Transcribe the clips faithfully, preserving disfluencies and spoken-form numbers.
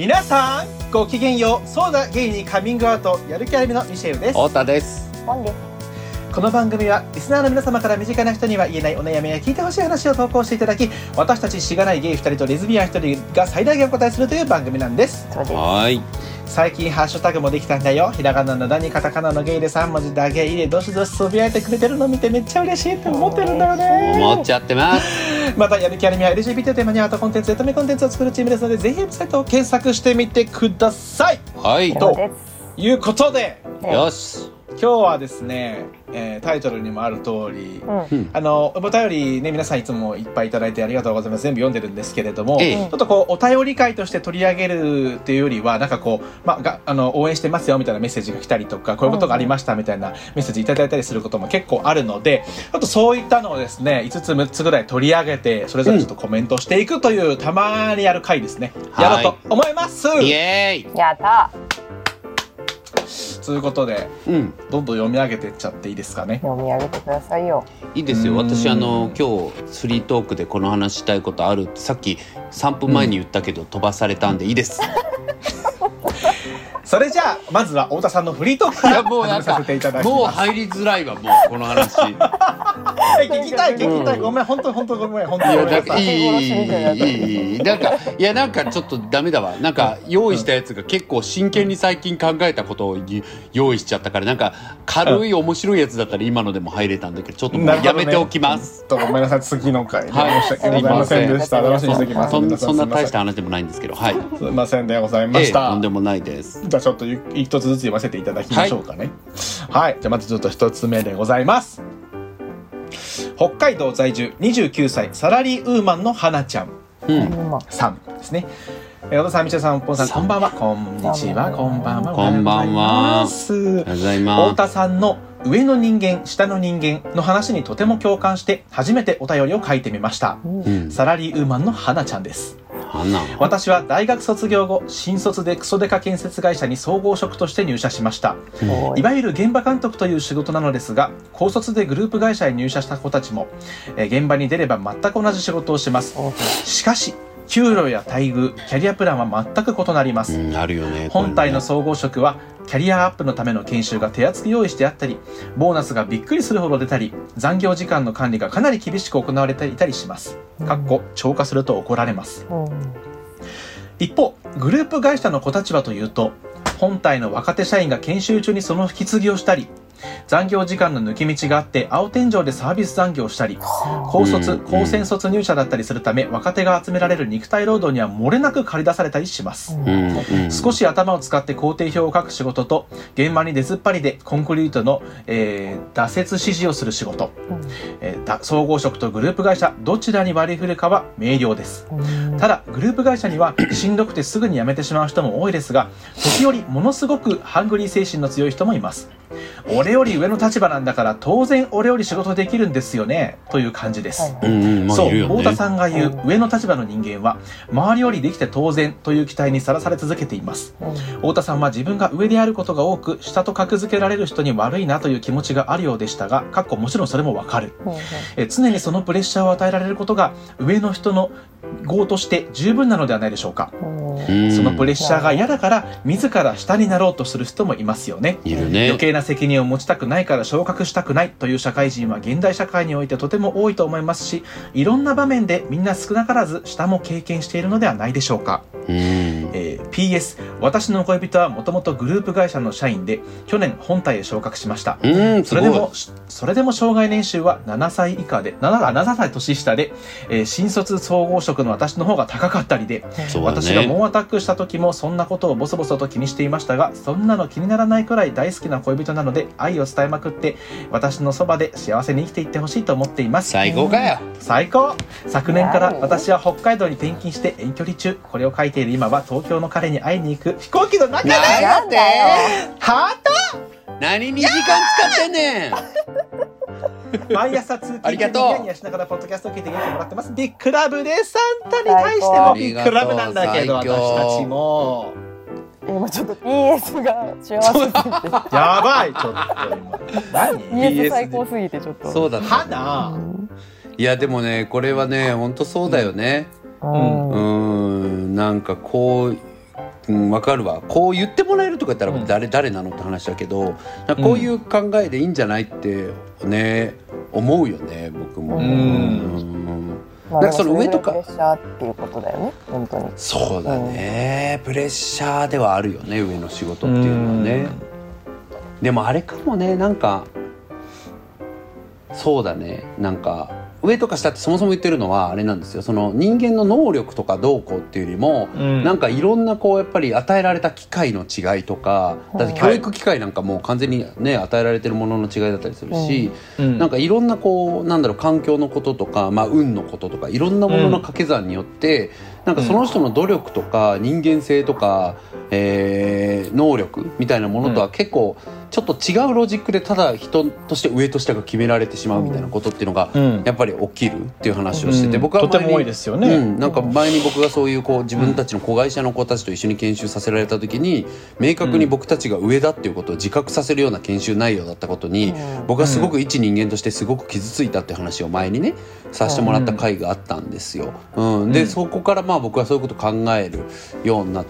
皆さんごきげんよう。そうだゲイにカミングアウトやる気ありみのミシェルです。 太田です。 本です。 この番組はリスナーの皆様から身近な人には言えないお悩みや聞いてほしい話を投稿していただき、私たちしがないゲイふたりとレズビアンひとりが最大限お答えするという番組なんです。 そうです。 はい。 最近ハッシュタグもできたんだよ。ひらがなのだにカタカナのゲイでさん文字だけでどしどしつぶやいてくれてるの見てめっちゃ嬉しいって思ってるんだよね。 思っちゃってます。 またやる気ありみは エルジービーティー をテーマにアートコンテンツエンタメコンテンツを作るチームですので、ぜひウェブサイトを検索してみてください。 はいということで、 よし、 今日はですね、えー、タイトルにもある通り、 うん、 あのお便りね、皆さんいつもいっぱいいただいてありがとうございます。全部読んでるんですけれども、 ええ、 ちょっとこうお便り会として取り上げるっていうよりは、なんかこう、まあ、があの応援してますよみたいなメッセージが来たりとか、こういうことがありましたみたいなメッセージいただいたりすることも結構あるので、ちょっとそういったのをですね、いつつむっつぐらい取り上げて、それぞれちょっとコメントしていくという、うん、たまにやる会ですね、やろうと思います。 イエーイ。 やったということで、うん、どんどん読み上げていっちゃっていいですかね。 読み上げてくださいよ。 いいですよ。私あの今日フリートークでこの話したいことあるってさっきさんぷんまえに言ったけど、うん、飛ばされたんでいいです。 それじゃあまずは太田さんのフリートークから始めさせていただきます。 もう入りづらいわ、もうこの話。 聞きたい聞きたい、ごめん本当本当ごめん本当ごめんなさい。 いいいいなんかいやなんかちょっとダメだわ。なんか用意したやつが結構真剣に最近考えたことを用意しちゃったから、なんか軽い面白いやつだったら今のでも入れたんだけど、ちょっともうやめておきます。 ね、ごめんなさい、次の回ではい、 申し訳ございませんでした。楽しみにしてきます。 そ, そんな大した話でもないんですけど、はい。 すいませんでございました。 ええ、とんでもないです。 じゃあちょっと一つずつ読ませていただきましょうかね。はい、はい、じゃあまずちょっと一つ目でございます。北海道在住にじゅうきゅうさいサラリーウーマンの花ちゃん、うん、さんですね。小田さん、みちょさん、ぽんさん、こんばんは。こんにちは。こんばんは。 こんばんは。 太田さんの上の人間、下の人間の話にとても共感して初めてお便りを書いてみました。うん、サラリーウーマンの花ちゃんです。私は大学卒業後、新卒でクソデカ建設会社に総合職として入社しました。いわゆる現場監督という仕事なのですが、高卒でグループ会社に入社した子たちも、えー、現場に出れば全く同じ仕事をします。しかし給料や待遇、キャリアプランは全く異なります。 うん、あるよね。 本体の総合職はキャリアアップのための研修が手厚く用意してあったり、ボーナスがびっくりするほど出たり、残業時間の管理がかなり厳しく行われていたりします。かっこ超過すると怒られます。うん、一方、グループ会社の子たちはというと、本体の若手社員が研修中にその引き継ぎをしたり、残業時間の抜け道があって青天井でサービス残業をしたり、高卒、高専卒入社だったりするため、若手が集められる肉体労働には漏れなく駆り出されたりします。少し頭を使って工程表を書く仕事と、現場に出ずっぱりでコンクリートの、えー、打設指示をする仕事、えー、総合職とグループ会社どちらに割り振るかは明瞭です。ただグループ会社にはしんどくてすぐに辞めてしまう人も多いですが、時折ものすごくハングリー精神の強い人もいます。俺より上の立場なんだから当然俺より仕事できるんですよねという感じです。うんうん、まあ、そう、太田さんが言う上の立場の人間は周りよりできて当然という期待にさらされ続けています。うん、太田さんは自分が上であることが多く下と格付けられる人に悪いなという気持ちがあるようでしたが、かっこもちろんそれもわかる。うんうん、え常にそのプレッシャーを与えられることが上の人の業として十分なのではないでしょうか。うん、そのプレッシャーが嫌だから自ら下になろうとする人もいますよね。いるね。余計な責任を持ちたくないから昇格したくないという社会人は現代社会においてとても多いと思いますし、いろんな場面でみんな少なからず下も経験しているのではないでしょうか。うん、えー、ピーエス 私の恋人はもともとグループ会社の社員で去年本体へ昇格しました。うんそれでもそれでも生涯年収はななさい以下で 7, 7歳年下で、えー、新卒総合職の私の方が高かったりで、ね、私が猛アタックした時もそんなことをボソボソと気にしていましたが、そんなの気にならないくらい大好きな恋人なので愛を伝えまくって私のそばで幸せに生きていってほしいと思っています。 最高かよ。 最高。昨年から私は北海道に転勤して遠距離中。これを書いている今は東京の彼に会いに行く飛行機の中でなんでハート何に時間使ってんねん。 毎朝通勤でニヤニヤしながらポッドキャストを聞いて元気もらってます。ビッグラブです。サンタに対してもビッグラブなんだけど、私たちも今ちょっと ピーエス が幸せすぎてやばいちょっと今何ピーエス 最高すぎてちょっとそうだったね。 花、うん、 いやでもねこれはね本当そうだよね。うん、うんなんかこううん、分かるわ。こう言ってもらえるとか言ったら誰、うん、誰なのって話だけど、こういう考えでいいんじゃないってね思うよね僕も。うん、うんまあ、なんかその上とかプレッシャーっていうことだよね本当に。 そうだね、うん、プレッシャーではあるよね上の仕事っていうのはね。でもあれかもね、なんかそうだね、なんか上とか下ってそもそも言ってるのはあれなんですよ。その人間の能力とかどうこうっていうよりも、うん、なんかいろんなこうやっぱり与えられた機会の違いとか、だって教育機会なんかもう完全にね与えられてるものの違いだったりするし、うん、なんかいろんなこうなんだろう環境のこととか、まあ、運のこととかいろんなものの掛け算によって、うん、なんかその人の努力とか人間性とか、えー、能力みたいなものとは結構ちょっと違うロジックでただ人として上と下が決められてしまうみたいなことっていうのがやっぱり起きるっていう話をしてて、うん、僕は前にとても多いですよね、うん、なんか前に僕がそういうこう自分たちの子会社の子たちと一緒に研修させられた時に明確に僕たちが上だっていうことを自覚させるような研修内容だったことに僕はすごく一人間としてすごく傷ついたって話を前にねさせてもらった回があったんですよ、うん、でそこからまあ僕はそういうことを考えるようになって、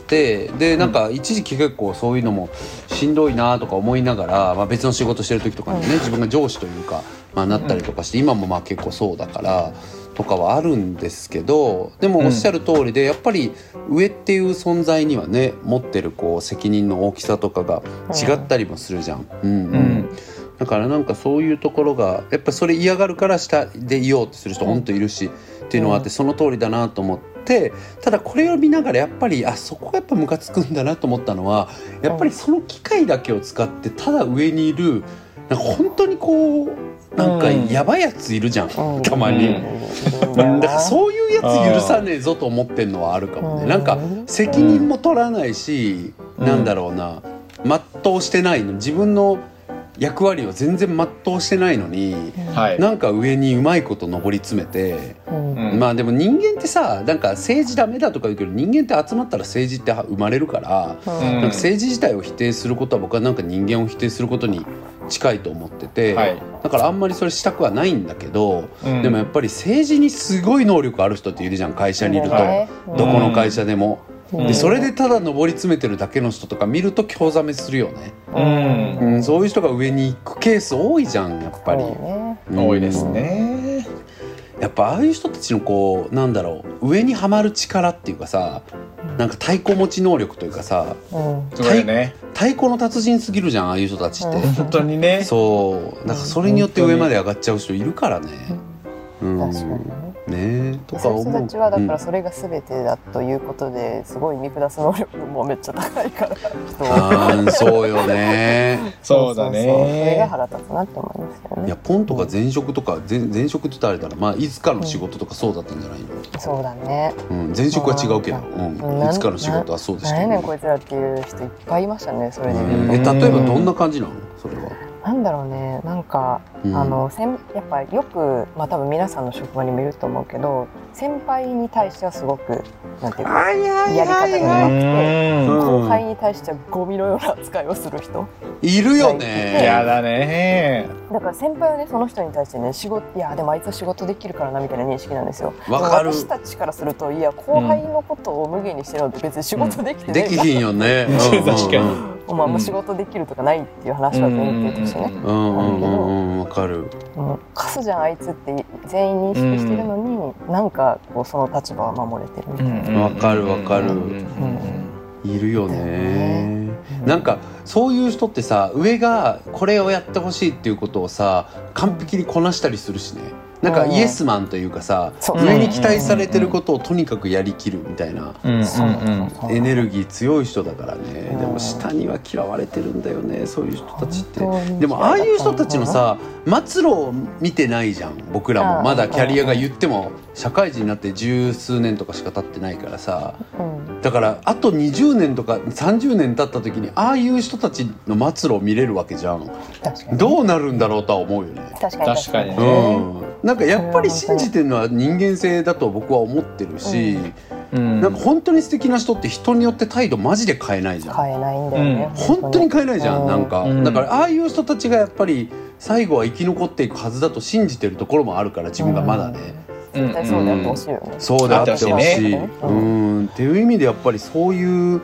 でなんか一時期結構そういうのもしんどいなとか思いながら、まあ、別の仕事してる時とかにね自分が上司というか、まあ、なったりとかして今もまあ結構そうだからとかはあるんですけど、でもおっしゃる通りでやっぱり上っていう存在にはね持ってるこう責任の大きさとかが違ったりもするじゃん、うんうんうん、だからなんかそういうところがやっぱそれ嫌がるから下でいようとする人本当いるしっていうのはあって、その通りだなと思って、ただこれを見ながらやっぱりあそこがやっぱムカつくんだなと思ったのはやっぱりその機械だけを使ってただ上にいるなんか本当にこうなんかやばいやついるじゃん、うん、たまに、うん、だからそういうやつ許さねえぞと思ってんのはあるかもね、うん、なんか責任も取らないし、うん、なんだろうな全うしてないの自分の役割を全然全うしてないのに、はい、なんか上にうまいこと上り詰めて、うん、まあでも人間ってさなんか政治ダメだとか言うけど人間って集まったら政治って生まれるから、うん、なんか政治自体を否定することは僕はなんか人間を否定することに近いと思ってて、はい、だからあんまりそれしたくはないんだけど、うん、でもやっぱり政治にすごい能力ある人っているじゃん会社にいると、うん、どこの会社でも、うん、でそれでただ上り詰めてるだけの人とか見ると興ざめするよね、うんうん、そういう人が上に行くケース多いじゃんやっぱり、 うん、多いですね。 やっぱああいう人たちのこうなんだろう上にはまる力っていうかさなんか太鼓持ち能力というかさ、うん、太, ね、太鼓の達人すぎるじゃんああいう人たちって、うん、 本当にね。 そうだからそれによって上まで上がっちゃう人いるからね、うん、 確かにねとか思う。そういう人たちはだからそれが全てだということですごい見下す能力もめっちゃ高いから人はあそうよねそうだね。 そうそうそうそれが腹立つなって思いますよね。 いやポンとか前職とか 前, 前職って言ったらあれだな、まあ、いつかの仕事とかそうだったんじゃないの、 うん、そうだね、 うん、前職は違うけど、うん、いつかの仕事はそうでしたけど、 何やねんこいつらっていう人いっぱいいましたねそれで、 うん、え例えばどんな感じなのそれは。 なんだろうねなんか、うん、あのせんやっぱよく、まあ、多分皆さんの職場にもいると思うけど先輩に対してはすごくなんていうかやり方がうまくて後輩に対してはゴミのような扱いをする人いるよね。 やだね。 だから先輩はねその人に対してね仕事いやでもあいつは仕事できるからなみたいな認識なんですよ。 わかる。 私たちからするといや後輩のことを無限にしてるのって別に仕事できてない、 うん、できひんよね確かにまあ、まあ仕事できるとかないっていう話は前提としてね、 うんうんうんうん、わかる。 カスじゃんあいつって全員認識してるのに、うん、なんかこうその立場は守れてるみたいな。 わかるわかる、うんうん、いるよね、うん、なんかそういう人ってさ上がこれをやってほしいっていうことをさ完璧にこなしたりするしね。なんかイエスマンというかさ、うん、上に期待されてることをとにかくやりきるみたいな、うん、エネルギー強い人だからね、うん、でも下には嫌われてるんだよねそういう人たちって。でもああいう人たちのさ末路を見てないじゃん僕らもまだキャリアが言っても社会人になって十数年とかしか経ってないからさ、うん、だからあとにじゅうねんとかさんじゅうねん経った時にああいう人たちの末路を見れるわけじゃん。どうなるんだろうとは思うよね。 確かに確かに、 うんなんかやっぱり信じてるのは人間性だと僕は思ってるし、うん、なんか本当に素敵な人って人によって態度マジで変えないじゃん。 変えないんだよね、 うん、本当に変えないじゃん、うん、なんか、うん、だからああいう人たちがやっぱり最後は生き残っていくはずだと信じてるところもあるから自分がまだね、 うん、絶対そうであってほしいよね、 うん、そうであってほしい、うん、っていう意味でやっぱりそういう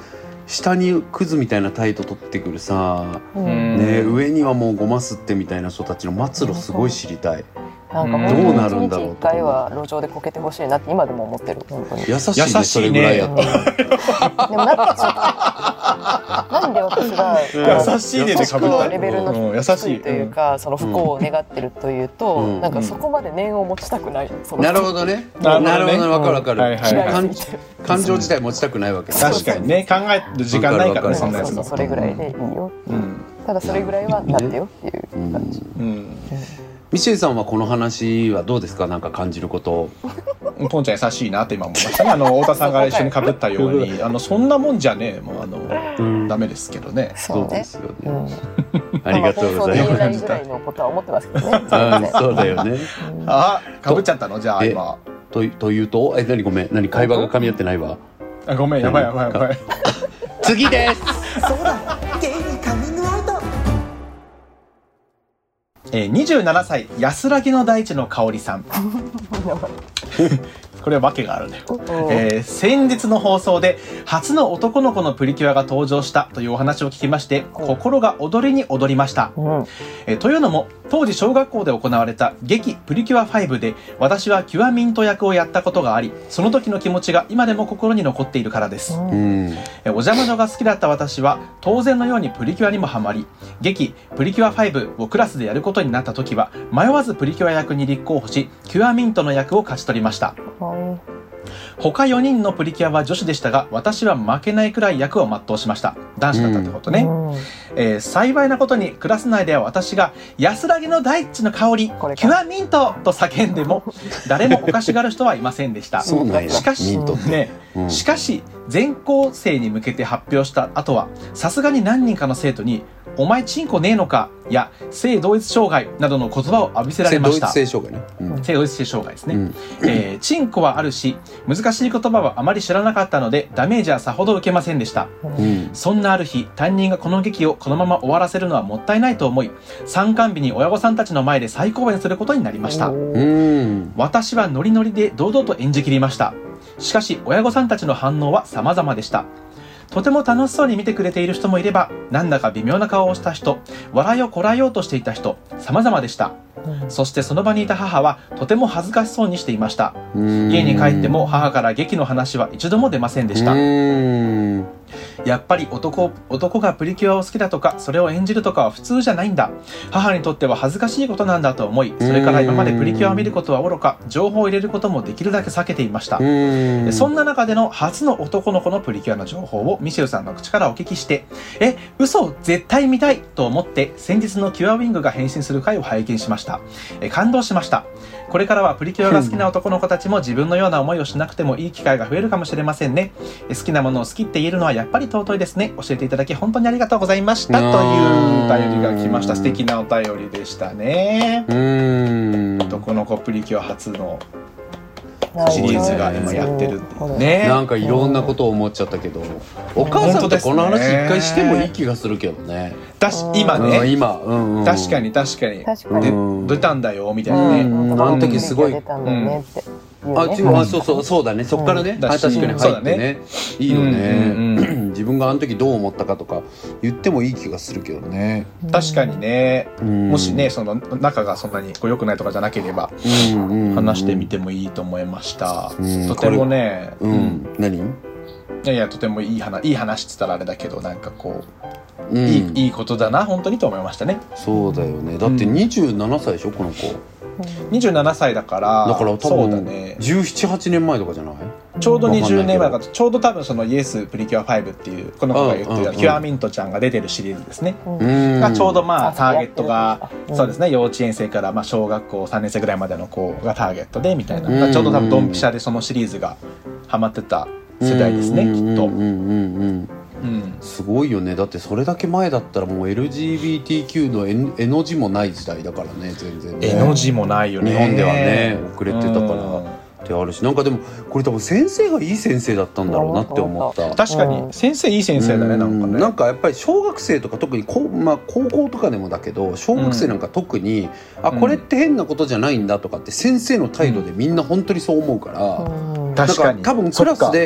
下にクズみたいな態度取ってくるさ、 うんね、上にはもうごますってみたいな人たちの末路すごい知りたい。 なんかどうな本当にるんだろう一日一回は路上でこけてほしいなって今でも思ってる。本当に優しいね、 優しいねそれぐらいやったら。 でもなんかちょっとなんで私が優しいねでかぶったレベルのうん優低しいいというか、その不幸を願ってるというと、 うんなんかそこまで念を持ちたくない。そのなるほどね。 なるほどねなるほどね、わかるわかる。 はいはいはい感感情自体持ちたくないわけね。 確かにね、考える時間ないからね、 わかるわかるそんなやつのそうそうそれぐらいでいいよ。 うんただそれぐらいはなってよっていう感じ。 うんミシェルさんはこの話はどうですか？なんか感じること。 ポンちゃん優しいなって今思いましたね。あの太田さんが一緒に被ったように、あのそんなもんじゃねえ、もうあの、 うんダメですけどね。 そうね。 ですよね。 うんありがとうございまあ放送で言えまないぐらいのことは思ってますけどね。 す。うん、そうだよね。 うんあ、被っちゃったのじゃあえ今。 とというと、え、何ごめん、何会話が噛み合ってないわ。 あ、ごめん、やばいやばいやばい。 次です。 そうだ、ゲイにカミングアウト。 えー、にじゅうななさい安らぎの大地の香織さん。これは訳があるね。えー、先日の放送で初の男の子のプリキュアが登場したというお話を聞きまして、心が踊りに踊りました。 うんえーというのも当時小学校で行われた劇プリキュアファイブで私はキュアミント役をやったことがあり、その時の気持ちが今でも心に残っているからです。 うん。 えーお邪魔女が好きだった私は当然のようにプリキュアにもハマり、劇プリキュアファイブをクラスでやることになった時は迷わずプリキュア役に立候補し、キュアミントの役を勝ち取りました。 はい他よにんのプリキュアは女子でしたが、私は負けないくらい役を全うしました。男子だったってことね。 うんえー幸いなことにクラス内では私が安らぎの大地の香りこれかキュアミントと叫んでも誰もおかしがる人はいませんでしたそうなんや。 しかしミントって。 ね、 うんしかし全校生に向けて発表した後はさすがに何人かの生徒にお前チンコねえのかや性同一障害などの言葉を浴びせられました。 性同一性障害ね。うん性同一性障害ですね、 うんえーチンコはあるし難しい言葉はあまり知らなかったのでダメージはさほど受けませんでした。 うんそんなある日、担任がこの劇をこのまま終わらせるのはもったいないと思い、参観日に親御さんたちの前で再公演することになりました。 うん私はノリノリで堂々と演じ切りました。しかし親御さんたちの反応は様々でした。とても楽しそうに見てくれている人もいれば、なんだか微妙な顔をした人、笑いをこらえようとしていた人、様々でした。そしてその場にいた母はとても恥ずかしそうにしていました。家に帰っても母から劇の話は一度も出ませんでした。 うんやっぱり男、男がプリキュアを好きだとか、それを演じるとかは普通じゃないんだ。母にとっては恥ずかしいことなんだと思い、それから今までプリキュアを見ることはおろか、情報を入れることもできるだけ避けていました。 うんそんな中での初の男の子のプリキュアの情報をミシェルさんの口からお聞きして、え、嘘、絶対見たいと思って先日のキュアウィングが変身する回を拝見しました。え、感動しました。これからはプリキュアが好きな男の子たちも自分のような思いをしなくてもいい機会が増えるかもしれませんね。え好きなものを好きって言えるのはやっぱり尊いですね。教えていただき本当にありがとうございました。というお便りが来ました。素敵なお便りでしたね。 うん男の子プリキュア初のなるほどシリーズが今やってるっていうね。 なんかいろんなことを思っちゃったけど、お母さんとこの話一回してもいい気がするけどね。 だし今うんね、 今、うんうん確かに確かに。 確かにでうん出たんだよみたいなね。 うんあの時すごい出たんだよねっていうねあ、違う、あそうそう、そうだね。そっからね、 うんあ確かに入ってね。いいようんうんね。自分があの時どう思ったかとか言ってもいい気がするけどね。 確かにね。 うんもしね、その仲がそんなにこう良くないとかじゃなければうんうんうん話してみてもいいと思いました。 うんとてもね、 ううんん、何いやいやとてもいい話、いい話って言ったらあれだけど、なんかこう、 うんいいいいことだな本当にと思いましたね。 そうだよね。だってにじゅうななさいでしょ、この子。 にじゅうななさいだから、 だから多そうだ分ね。 じゅうなな、はちねんまえとかじゃない？ ちょうどにじゅうねんまえだわかんないけから、ちょうど多分そのイエスプリキュアファイブっていうこの子が言ってうんうんうんるキュアミントちゃんが出てるシリーズですね。 うんがちょうどまああターゲットがうんそうですね、幼稚園生からまあ小学校さんねん生ぐらいまでの子がターゲットでみたいな、 うんちょうど多分ドンピシャでそのシリーズがハマってた世代ですね、きっと。 うんうんうんうんうんすごいよね。だってそれだけ前だったらもう エルジービーティーキュー の絵絵の字もない時代だからね、全然ね。 絵の字もないよね。 日本ではね遅れてたからうんってあるし、なんかでもこれ多分先生がいい先生だったんだろうなって思った。 確かに先生いい先生だね、なんかね。 なんかやっぱり小学生とか特にこう、まあ、高校とかでもだけど小学生なんか特に、あこれって変なことじゃないんだとかって先生の態度でみんな本当にそう思うから、 うん確かになんか多分クラスで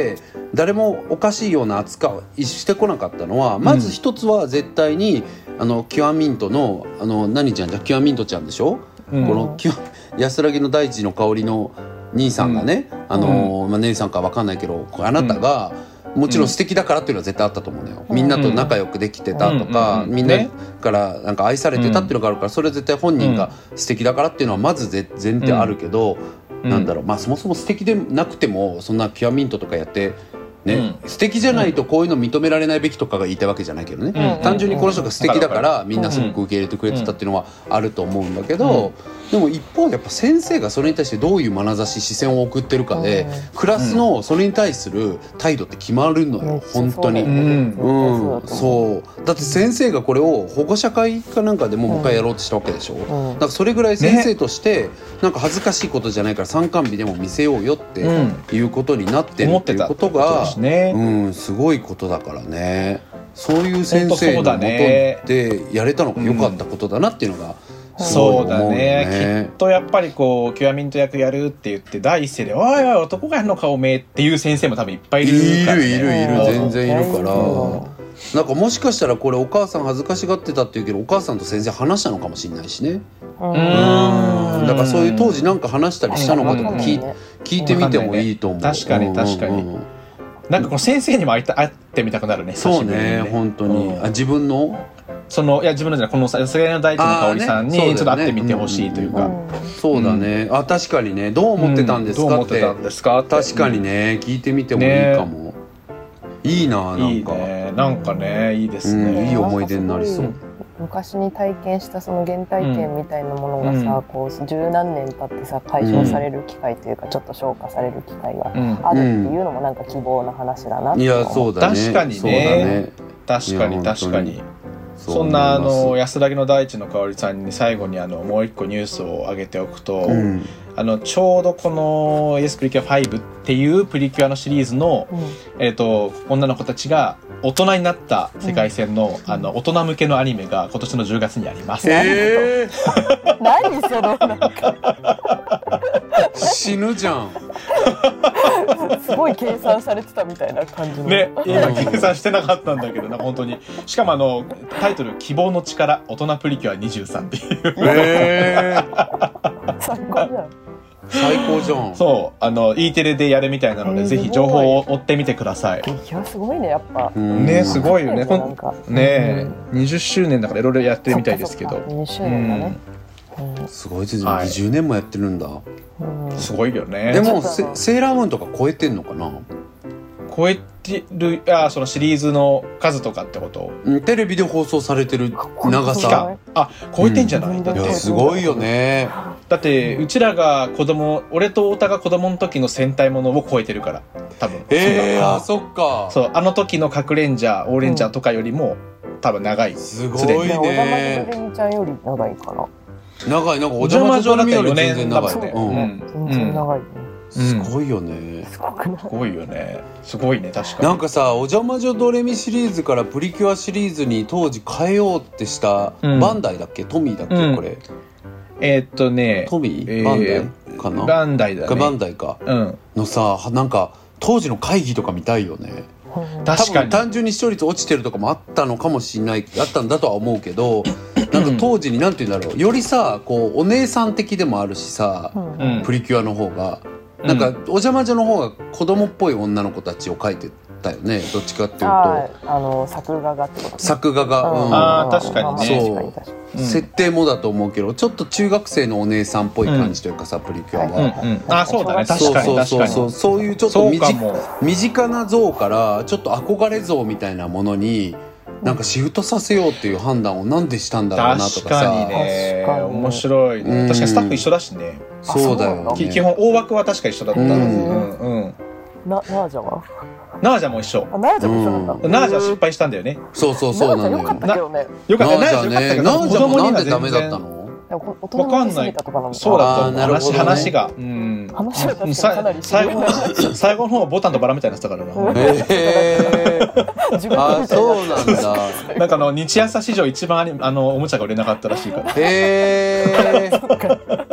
誰もおかしいような扱いしてこなかったのは、まず一つは絶対にあのキュアミントのあの何ちゃんじゃキュアミントちゃんでしょ、うん、このキュ安らぎの大地の香りの兄さんがね、うん、あのまあ、姉さんか分かんないけどあなたが、うん、もちろん素敵だからっていうのは絶対あったと思うのよ、うん、みんなと仲良くできてたとか、うん、みんなからなんか愛されてたっていうのがあるから、それは絶対本人が素敵だからっていうのはまず前提あるけど、うん、なんだろう、まあそもそも素敵でなくてもそんなキュアミントとかやってね、うん、素敵じゃないとこういうの認められないべきとかが言いたいわけじゃないけどね、うん、単純にこの人が素敵だからみんなすごく受け入れてくれてたっていうのはあると思うんだけど、うん、でも一方でやっぱ先生がそれに対してどういう眼差し視線を送ってるかで、うん、クラスのそれに対する態度って決まるのよ、うん、本当に、うんうん、そうだって先生がこれを保護者会かなんかでももう一回やろうとしたわけでしょ、うん、だからそれぐらい先生としてなんか恥ずかしいことじゃないから参観日でも見せようよっていうことになってるっていうことが、うん、すごいことだからね。そういう先生のもとでやれたのが良かったことだなっていうのがすごい思うよね。そうだね。 きっとやっぱりこうキュアミント役やるって言って第一声でおいおい男がやるのかおめえっていう先生も多分いっぱいいるからね。 いるいるいる全然いるから、なんかもしかしたらこれお母さん恥ずかしがってたっていうけどお母さんと先生話したのかもしれないしね。うん、だからそういう当時なんか話したりしたのかとか聞い、聞いてみてもいいと思う。 確かに確かに、うんうん、なんかこの先生にも会いた会ってみたくなるね。 そうね、本当に、うん、あ自分のそのいや自分のじゃないこの安らぎの大地の香りさんに、ね、ちょっと会ってみてほしいというか、 うんうん、そうだね、うん、あ確かにねどう思ってたんですかって、うん、どう思ってたんですかって確かにね、うん、聞いてみてもいいかも、ね、いいな、なんかいいね、 なんかねいいですね、 うん、いい思い出になりそう。 昔に体験したその原体験みたいなものがさ、うん、こう十何年経ってさ解消される機会というか、うん、ちょっと消化される機会があるっていうのもなんか希望の話だなって、うん、 いやそうだね、 確かに ね, ね確かに確かに。そんなあの安らぎの大地の香りさんに最後にあのもう一個ニュースを挙げておくと、うん、あのちょうどこの イエス プリキュアファイブっていうプリキュアのシリーズの、うんえー、と女の子たちが大人になった世界線 の,、うん、あの大人向けのアニメが今年のじゅうがつにあります。 えー、何そのなんか死ぬじゃんすごい計算されてたみたいな感じのね、今計算してなかったんだけどな本当に。しかもあのタイトル希望の力大人プリキュアにじゅうさんっていう、 えー、 最高じゃん最高じゃん。 そうあの E テレでやるみたいなので、えー、ぜひ情報を追ってみてください。 いやすごいねやっぱねすごいよねね、うん、にじゅっしゅうねんだからいろいろやってるみたいですけどにじゅっしゅうねんだね、 うん、すごいですね、にじゅうねんもやってるんだ、 うん、すごいよね。 でもセーラームーンとか超えてんのかな。 超えてるあそのシリーズの数とかってこと。 テレビで放送されてる長さあ超えてんじゃない、うん、だっていやすごいよね。 だってうちらが子供俺と太田が子供の時の戦隊ものを超えてるから多分。 えー、あそっか。 そうあの時の核レンジャーオーレンジャーとかよりも、うん、多分長い。 すごいね。 小田原ドレミちゃんより長いかな。 長いなんかお邪魔女ドレミより全然長いね。 うん、全然長いね。 すごいよね、 すごくない？ すごいよね。すごいね確かに。 なんかさお邪魔女ドレミシリーズからプリキュアシリーズに当時変えようってした、うん、バンダイだっけトミーだっけ、うん、これえー、っとねトミー、えー、バンダイかな。 バンダイだね。 バンダイか、 うん、 のさなんか当時の会議とか見たいよね。 確かに単純に視聴率落ちてるとかもあったのかもしれないあったんだとは思うけどなんか当時になんて言うんだろうよりさこうお姉さん的でもあるしさ、うん、プリキュアの方がなんか、うん、お邪魔女の方が子供っぽい女の子たちを描いてたよねどっちかっていうと。 ああの作画がってこと、ね、 作画が、 うん、ああ確かにね。 そう、うん、設定もだと思うけどちょっと中学生のお姉さんっぽい感じというかさ、うん、プリキュアは、 うんうん、あそうだね確かに確かにそうそういうちょっと身近、身近な像からちょっと憧れ像みたいなものになんかシフトさせようっていう判断をなんでしたんだろうなとかさ。 確かにね面白いね。確かにスタッフ一緒だしね。 そうだよね。 基本大枠は確か一緒だったはず。うんうんなナージャはナージャも一緒。 あナージャも一緒なんだ。 ナージャ失敗したんだよね。 そうそうそうなのよ。 よかったけどね。 よかったナージャね。ナージャもなんでダメだったの？ わかんない。 そうだった話話が。 話が確かにかなり最後最後の方ボタンとバラみたいになってたからな。 へー。あそうなんだ。 なんかあの日朝史上一番あのおもちゃが売れなかったらしいから。 へー。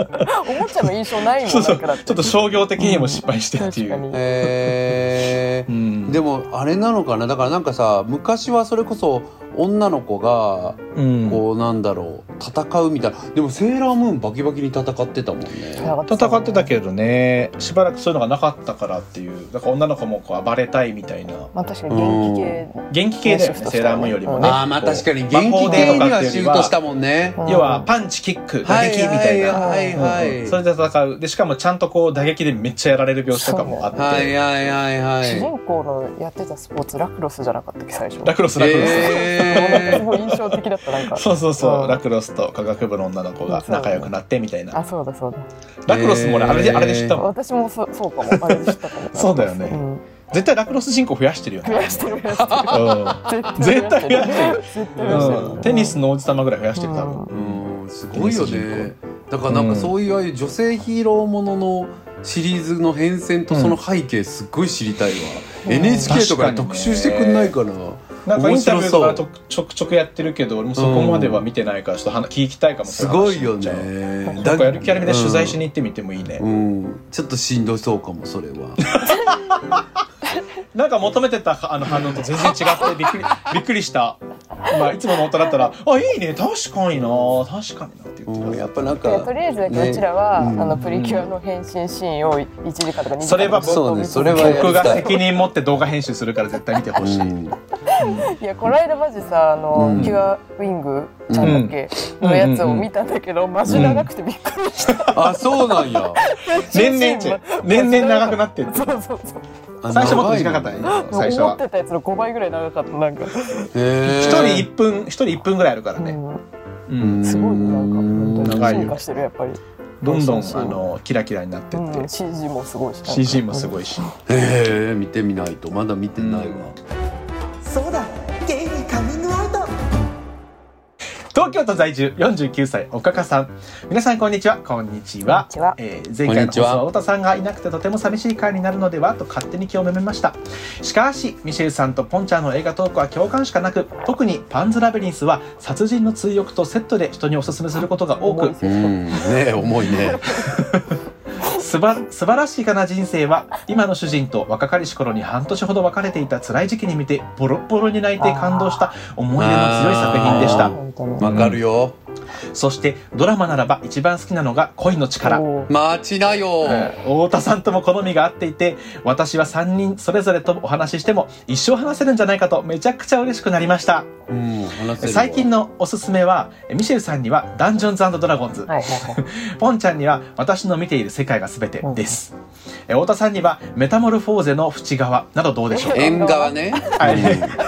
もちゃの印象ないもんそうそうなんかだってちょっと商業的にも失敗してっていう、 確かにえーうんでもあれなのかな、だからなんかさ昔はそれこそ女の子がうん、 こうなんだろう戦うみたいな、でもセーラームーンバキバキに戦ってたもんね。 戦ってたけどね、しばらくそういうのがなかったからっていう、だから女の子もこう暴れたいみたいな、 まあ確かに元気系元気系だよね、セーラームーンよりもね。 ああまあ確かにこう元気系にはシュートした魔法もんね。 うん要はパンチキック打撃みたいな、 はいはいはい、 うんそれで戦う。でしかもちゃんとこう打撃でめっちゃやられる描写とかもあって、 はいはいはいは主い。 人公のやってたスポーツラクロスじゃなかったっけ最初。 ラクロスラクロス、 えすごい印象的だったなんか。 そうそうそう、 うんラクロスと科学部の女の子が仲良くなってみたいな。 あそうだそうだ。 ラクロスも俺あれで、あれで知ったもん。 私もそそうかもあれで知ったかも。 そうだよねうん絶対ラクロス人口増やしてるよね。 増やしてる増やしてる。 うん絶対増やしてる。 絶対増やしてる。 うんテニスの王子様ぐらい増やしてる多分。 うんすごいよね。だからなんかそういうああいう女性ヒーローもののシリーズの変遷とその背景すっごい知りたいわ、 うんエヌエイチケー とかで特集してくんないかな。 なんかインタビューとか面白そうちょくちょくやってるけど俺もそこまでは見てないからちょっと話聞きたいかもしすれない。 ごいよね。 なんかやる気あるみで取材しに行ってみてもいいね。 うん、うんちょっとしんどそうかもそれは。 なんか求めてたあの反応と全然違ってびっくりびっくりした。まあいつもの夫だったらあいいね確かにな確かになって言ってうんる。 やっぱなんでかとりあえずだけどうちらは、 ねうんあのプリキュアの変身シーンをいちじかんとかにじそれはかんとかそうねそれはやりたい僕が責任持って動画編集するから絶対見てほしい。 うんいやこの間マジさあの、 うんキュアウィングちゃんだっけ、のやつを見たんだけど、マジ長くてびっくりした。 あそうなんや。 年々ち年々長くなってる。 そうそうそう。 あ最初もっと短かったね。最初思っはてたやつのごばいぐらい長かったなんか。 へー一人一分一人一分ぐらいあるからね。 うんうんすごいなんか本当に長いよ進化してるやっぱり。 どんどんそうそうあのキラキラになってって、 うん、シージー もすごいし。 シージー もすごい。 いし。 へえ見てみないとまだ見てないわ。 そうだゲイにカミングアウト。 東京都在住よんじゅうきゅうさいおかかさん、皆さんこんにちは。こんにちは。 こんにちはえー前回の放送は太田さんがいなくてとても寂しい回になるのではと勝手に気をめめました。しかしミシェルさんとポンちゃんの映画トークは共感しかなく、特にパンズラビリンスは殺人の追憶とセットで人におすすめすることが多く、 うんねえ重いね。 すば素晴らしいかな人生は今の主人と若かりし頃に半年ほど別れていた辛い時期に見てボロボロに泣いて感動した思い出の強い作品でした。 本当に。 わかるよ。 そしてドラマならば一番好きなのが恋の力。 おー待ちなよ。 太田さんとも好みが合っていて、私はさんにんそれぞれとお話ししても一生話せるんじゃないかとめちゃくちゃ嬉しくなりました。 うん話せるわ。 最近のおすすめはミシェルさんにはダンジョンズ&ドラゴンズ、 はいはいはい。 ポンちゃんには私の見ている世界が全てです、え太田さんにはメタモルフォーゼの淵側などどうでしょうか。 縁側ね。 はい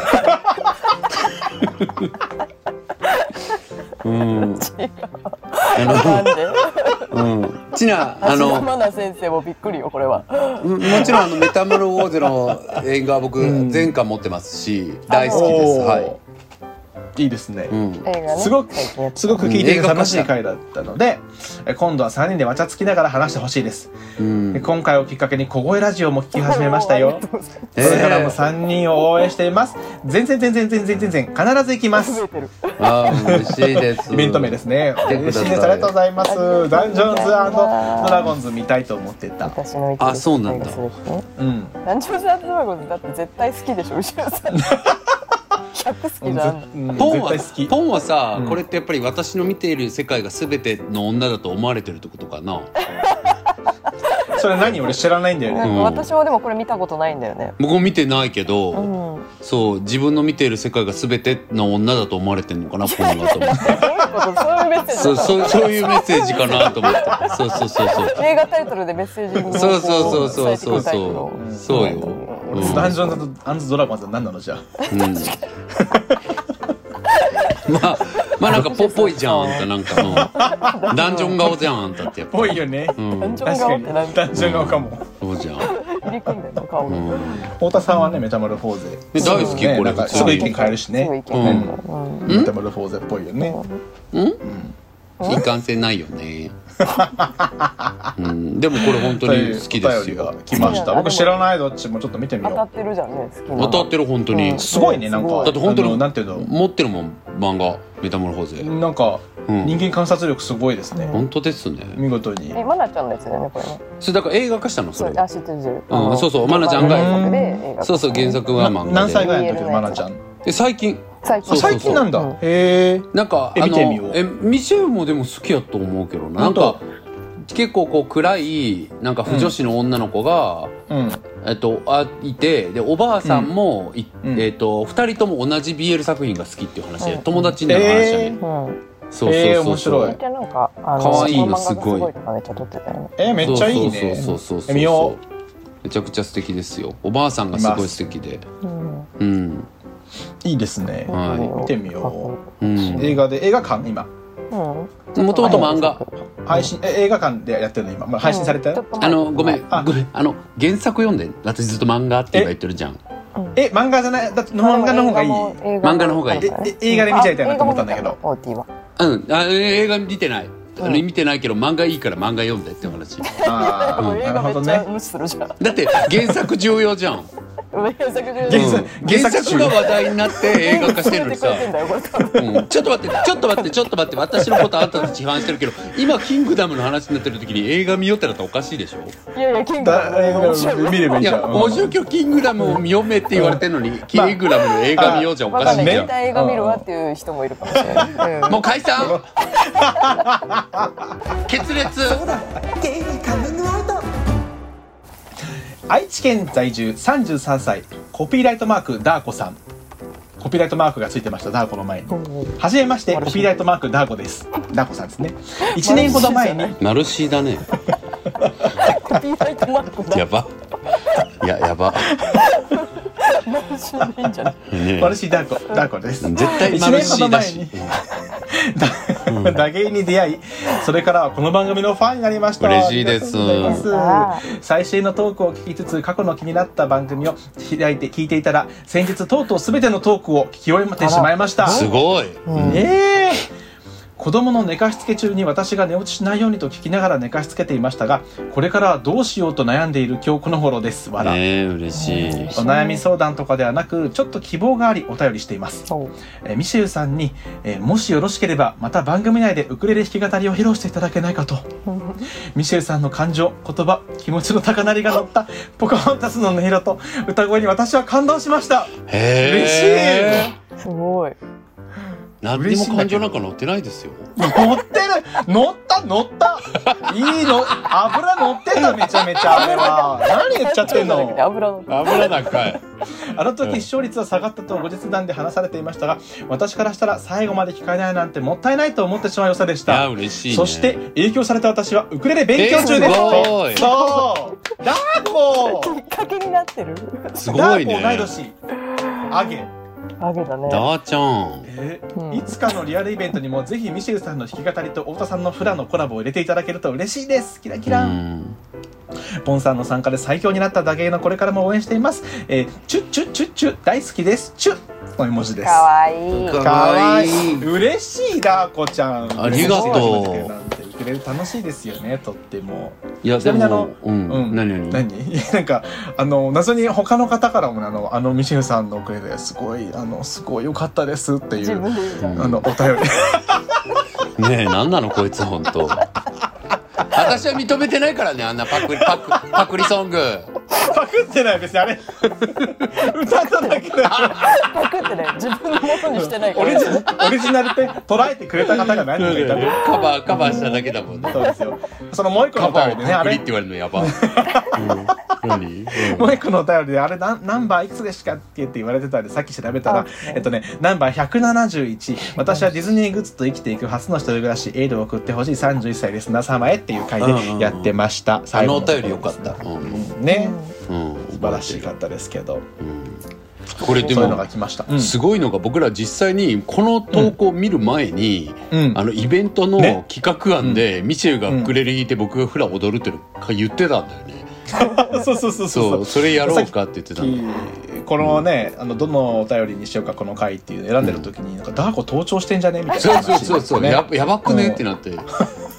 うん。うん。あなんで？ のうん。ちなあ橋田の愛菜先生もびっくりよこれは。 ももちろんあのメタモルフォーゼの映画は僕うん全巻持ってますし大好きです。はい。 おーいいですね、 うん。 映画ね。 すごく最近やってすごく聞いてて楽しい映画化した回だったので、え今度はさんにんでわちゃつきながら話してほしいです、 うんで今回をきっかけに小声ラジオも聞き始めましたよ。 ありがとうございますえーこれからもさんにんを応援しています。全然全然全然全然必ず行きます増え。てる。 あー嬉しいです。 イベント名ですね。 来てください嬉しいです。ありがとうございます。 ありがとうございますダンジョンズ&ドラゴンズ見たいと思ってた。 私の見てるあそうなんだ世界がすべてね。 うん。 ダンジョンズ&ドラゴンズだって絶対好きでしょ後ろさん。ひゃく好きじゃん。 うんポンは絶対好き。 ポンはさ、 うんこれってやっぱり私の見ている世界が全ての女だと思われてるってことかな。 それ何俺知らないんだよね。 なんか私もでもこれ見たことないんだよね。 僕も見てないけど、 うん。 そう自分の見ている世界が全ての女だと思われてるのかなポンはと思って。 どういうこと？そういうメッセージそうだったそうそういうメッセージかなと思って。そうそうそうそう。 映画タイトルでメッセージをこそうそうそうそうそう伝えてくるタイプのそうそうよ。 俺うんダンジョンズ&ドラゴンズは何なのじゃあ。 うんまあまあなんかぽっぽいじゃんあんたなんか、うん、ダンジョン顔じゃんあんたってやっぱ。 ぽいよね。 うんダンジョン確かに顔って何？ ダンジョン顔かも。 そうじゃん。 入り組んでんの顔が。 うん。 太田さんはねメタモルフォーゼ。 え大好きねこれなんかすぐ意見変えるしすぐね意。見変えるの。うん。 んメタモルフォーゼっぽいよね。 うん？いかんせんないよね。 うん、でもこれ本当に好きですよ。 来ました。僕知らないどっちもちょっと見てみよう。 当たってるじゃんね、好きな。 当たってる本当に、うん、 すごいね。なんかだって本当になんていうの持ってるもん漫画メタモルフォーゼ。 なんか、うん、人間観察力すごいですね。 本当ですね。 見事に。 え、マナちゃんのやつだよねこれね。 それだから映画化したのそれ。 あ、知ってる。 うん、そうそうマナちゃんが。そうそう原作は漫画で。 何歳ぐらいの時のマナちゃん。 え最近。 最近最近なんだ。へえ。 なんかあのえミシェルもでも好きやと思うけどな。なんか結構こう暗いなんか不女子の女の子が、うんえっと、あいてでおばあさんも、うん、えっと、ふたりとも同じ ビーエル 作品が好きっていう話で、うん、友達になる話やね、えー、そうそうそう、えー、面白い。 可愛いのすごい。 えー、めっちゃいいね。 そうそうそうそう、見よう。めちゃくちゃ素敵ですよ。おばあさんがすごい素敵で、うん、うん、 いいですね、はい、見てみよう、うん、映画で映画館今もともと漫画配信え映画館でやってるの今、まあ、配信されたよ、 うん、あのごめんあごめんあの原作読んで私ずっと漫画って言ってるじゃん。 ええ漫画じゃないだって漫画の方がいい漫画の方がいいえ映画で見ちゃいたいなと思ったんだけどうんあ映画見てない、うん、見てないけど漫画いいから漫画読んでって話。 ああ、うん、なるほどね。 だって原作重要じゃん。原作原作が話題になって映画化してるのにさ、うん、ちょっと待ってちょっと待ってちょっと待って私のことあんたたち批判してるけど今キングダムの話になってる時に映画見よってなったらおかしいでしょ。 いやいやキングダム面白い見ればいいじゃん。 面白いけどキングダムを見よめって言われてるのに、うん、キングダムの映画見ようじゃおかしいじゃん。 映画見るわっていう人もいるかもしれない、うん、 もう解散決裂。 そうだゲイにカミングアウト。 愛知県在住さんじゅうさんさいコピーライトマークダーコさん。コピーライトマークがついてましたダーコの前に。はじめましてコピーライトマークダーコです。ダーコさんですね。いちねんほど前にマルシーだね。 コピーライトマークやばいややばマルシーでいいんじゃない、 ね、マルシーダーコダーコです。 絶対マルシーだしダゲイに出会いそれからはこの番組のファンになりました。 嬉しいです。 最新のトークを聞きつつ過去の気になった番組を開いて聞いていたら先日とうとう全てのトークを聞き終えてしまいました。 すごい、 うん、えー子供の寝かしつけ中に私が寝落ちしないようにと聞きながら寝かしつけていましたがこれからはどうしようと悩んでいる今日この頃です。わら、 えー、嬉しい。 お悩み相談とかではなくちょっと希望がありお便りしています。えー、ミシェルさんに、えー、もしよろしければまた番組内でウクレレ弾き語りを披露していただけないかとミシェルさんの感情言葉気持ちの高鳴りが乗ったポカホンタスの音色と歌声に私は感動しました。 へー嬉しい。 すごい。 何にも感情なんか乗ってないですよ。 乗ってる乗った乗ったいいの油乗ってためちゃめちゃあれは何言っちゃってんの。 油油なんかい。 あの時視聴率は下がったと後日談で話されていましたが私からしたら最後まで聞かれないなんてもったいないと思ってしまう良さでした。 いや嬉しいね。 そして影響された私はウクレレ勉強中です。 そうそうダーコきっかけになってる。 すごいね。 ダーコ同い年アゲあげだね。 ダーちゃん、 えーうん、いつかのリアルイベントにもぜひミシェルさんの弾き語りと太田さんのフラのコラボを入れていただけると嬉しいです。キラキラ。うんポンさんの参加で最強になった打芸のこれからも応援しています。えー、チュッチュッチュッチュ大好きですチュッの絵文字です。 かわいいかわいい。嬉しいダーコちゃんありがとう。 ウクレレ楽しいですよねとっても。 いやちなみにあの、 うん、うん、何何何なんかあの謎に他の方からもあのあのミシェルさんのウクレレすごいあのすごい良かったですっていう、うん、あのお便りねえ何なのこいつ本当私は認めてないからねあんなパクリパクパクリソングパクってない別にあれ歌っただけだパクってない自分のものにしてないからオリジオリジナルって捉えてくれた方が何人かいたのカバーカバーしただけだもんね。 そうですよ。そのもう一個のお便りでねあれパクリって言われるのやば、うん、何、うん、 もう一個のお便りであれナナンバーいくつですかって言われてたんでさっき調べたらえっとねナンバーひゃくななじゅういち私はディズニーグッズと生きていく初の一人暮らしエールを送ってほしいさんじゅういっさいリスナー様へっていう回でやってました。 うんうんうん、あのお便りよかった、うん、 ね、 うん、 素晴らしかったですけど、うん、 これでもすごいのが僕ら実際にこの投稿を見る前に、うん、あのイベントの企画案で、ね、ミシェルがウクレレ弾いて僕がフラ踊るって言ってたんだよね。 そうそうそうそう、 それやろうかって言ってたの。 このね、あのどのお便りにしようかこの回っていう選んでる時になんかダーコ盗聴してんじゃねみたいな話、ね、 そうそうそうそう や, やばくねってなって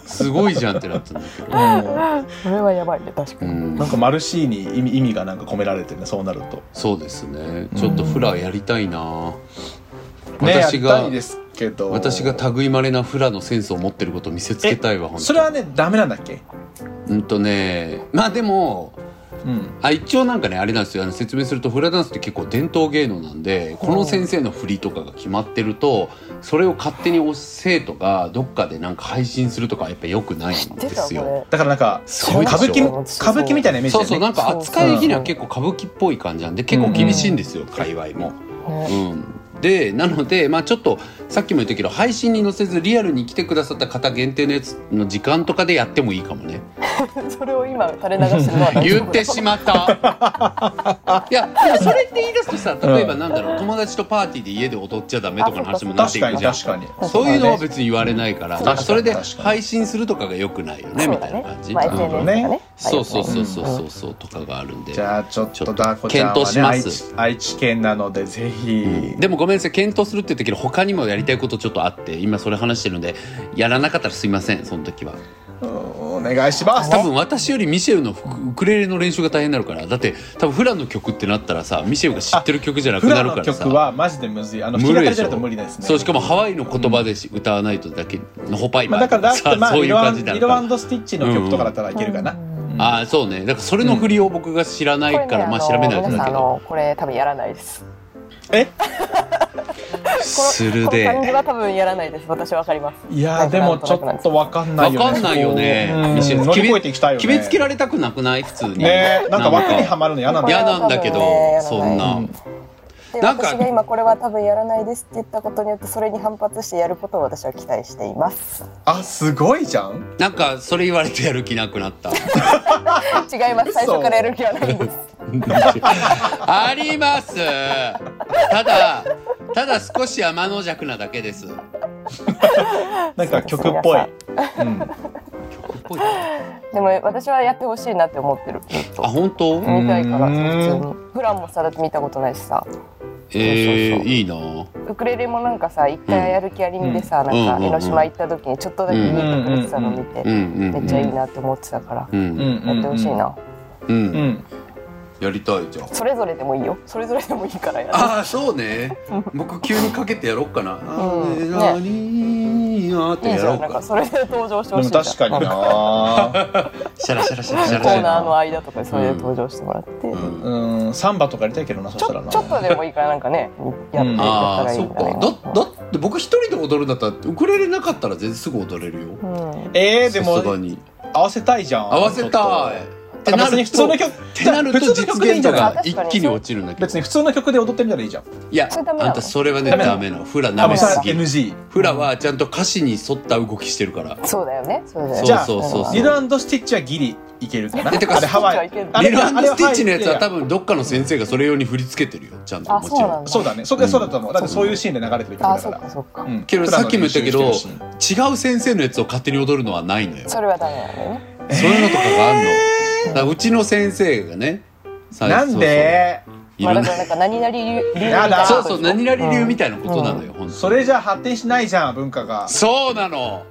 すごいじゃんってなったんだけど、 それはやばいね確かに、うん、 なんかマルシーに意味、意味がなんか込められてるね、そうなると。 そうですね、ちょっとフラやりたいな、 うん、私が、ね、やりたいですけど、 私が類まれなフラのセンスを持ってることを見せつけたいわ。本当それはねダメなんだっけ？ うんとねまあでもうん、あ一応なんかねあれなんですよ、あの説明するとフラダンスって結構伝統芸能なんで、この先生の振りとかが決まってるとそれを勝手に生徒がどっかでなんか配信するとかはやっぱやっぱ良くないんですよ。 だからなんか歌舞伎歌舞伎みたいなイメージだよね。 そうそうなんか扱い的には結構歌舞伎っぽい感じなんで結構厳しいんですよ、うん、界隈も、うん、でなのでまあちょっとさっきも言ったけど配信に載せずリアルに来てくださった方限定のやつの時間とかでやってもいいかもね。 それを今垂れ流してるのは言ってしまったいやでもそれって言い出すとさ、例えばなんだろう、友達とパーティーで家で踊っちゃダメとかの話もなっていくじゃん。 確かに確かに。 そういうのは別に言われないから、なんかそれで配信するとかが良くないよねみたいな感じ。そうそうそうそうそうそうとかがあるんで、 じゃあちょっとダーコちゃんはね、検討します。愛知県なのでぜひ、 うん、でもごめんなさい、検討するって言ったけど他にもやりたいことちょっとあって今それ話してるのでやらなかったらすいません、その時は。 お願いします。 多分私よりミシェルのウクレレの練習が大変になるから。だって多分フラの曲ってなったらさミシェルが知ってる曲じゃなくなるからさ。 フラの曲はマジでむずい。あの弾き語りじゃないと無理ですね。 そうしかもハワイの言葉で歌わないとだけのホパイパー、 まあ、だからだってまあそういう感じだリロ&スティッチの曲とかだったらいけるかな、 うんうん、ああそうね。だからそれの振りを僕が知らないから、うん、まあ調べないとだけど、 これ多分やらないです。 えするでこの感じは多分やらないです。私はわかります。 いやでもちょっとわかんないよね。 わかんないよね。 乗り越えていきたいよね。 決めつけられたくなくない普通に。 ね、なんか枠にはまるの嫌なんだ。 嫌なんだけど、そんな。 で私が今これは多分やらないですって言ったことによってそれに反発してやることを私は期待しています。 あ、すごいじゃん。 なんかそれ言われてやる気なくなった。 違います。最初からやる気はないです。 あります。ただただ少し天の弱なだけです。 なんか曲っぽい。うん、 曲っぽい。 でも私はやってほしいなって思ってる。 あ、本当？ 見たいから普通に。フランもさだって見たことないしさ。 えー、いいな。 ウクレレもなんかさ一回やる気ありみでさ、うん、なんか江ノ島行った時にちょっとだけ弾いてくれてたの見て、うん、めっちゃいいなって思ってたから、うん、やってほしいな。 うん、うんうんやりたいじゃん。 それぞれでもいいよ。それぞれでもいいからやる。 ああそうね。僕急にかけてやろうかな。うん、ね、何ーってやろうか。 なんかそれで登場してほしい。 確かにな。 シャラシャラシャラシャラ。 コーナーの間とかでそれで登場してもらって。 うん、うんサンバとかやりたいけどな。そしたらな。 ちょっとでもいいからなんかねやってやったらいいんじゃないか。 だだって僕一人で踊るんだったらウクレレなかったら全然すぐ踊れるよ。うん、 えーでも合わせたいじゃん。 合わせたい。ってなると、普通の曲ってなると実現度が一気に落ちるんだけど。 別に普通の曲で踊ってみたらいいじゃん。 いや、あんたそれはねダメなの。フラ舐めすぎ。 エヌジー。 フラはちゃんと歌詞に沿った動きしてるから。 そうだよね。そうだよね。 じゃあリル&スティッチはギリいけるかな。 てかハワイ。リル&スティッチのやつは多分どっかの先生がそれ用に振り付けてるよ。ちゃんともちろん。 そうだね。それそうだと思う。だってそういうシーンで流れてる曲だから。 あ、そっか。 けどさっきも言ったけど違う先生のやつを勝手に踊るのはないのよ。 それはダメなんだよね。 そういうのとかがあるの。だうちの先生がね、 なんでいろんななんか何々流みたいな。 そうそう何々流みたいなことなのよ。本当。 それじゃ発展しないじゃん文化が。 そうなの。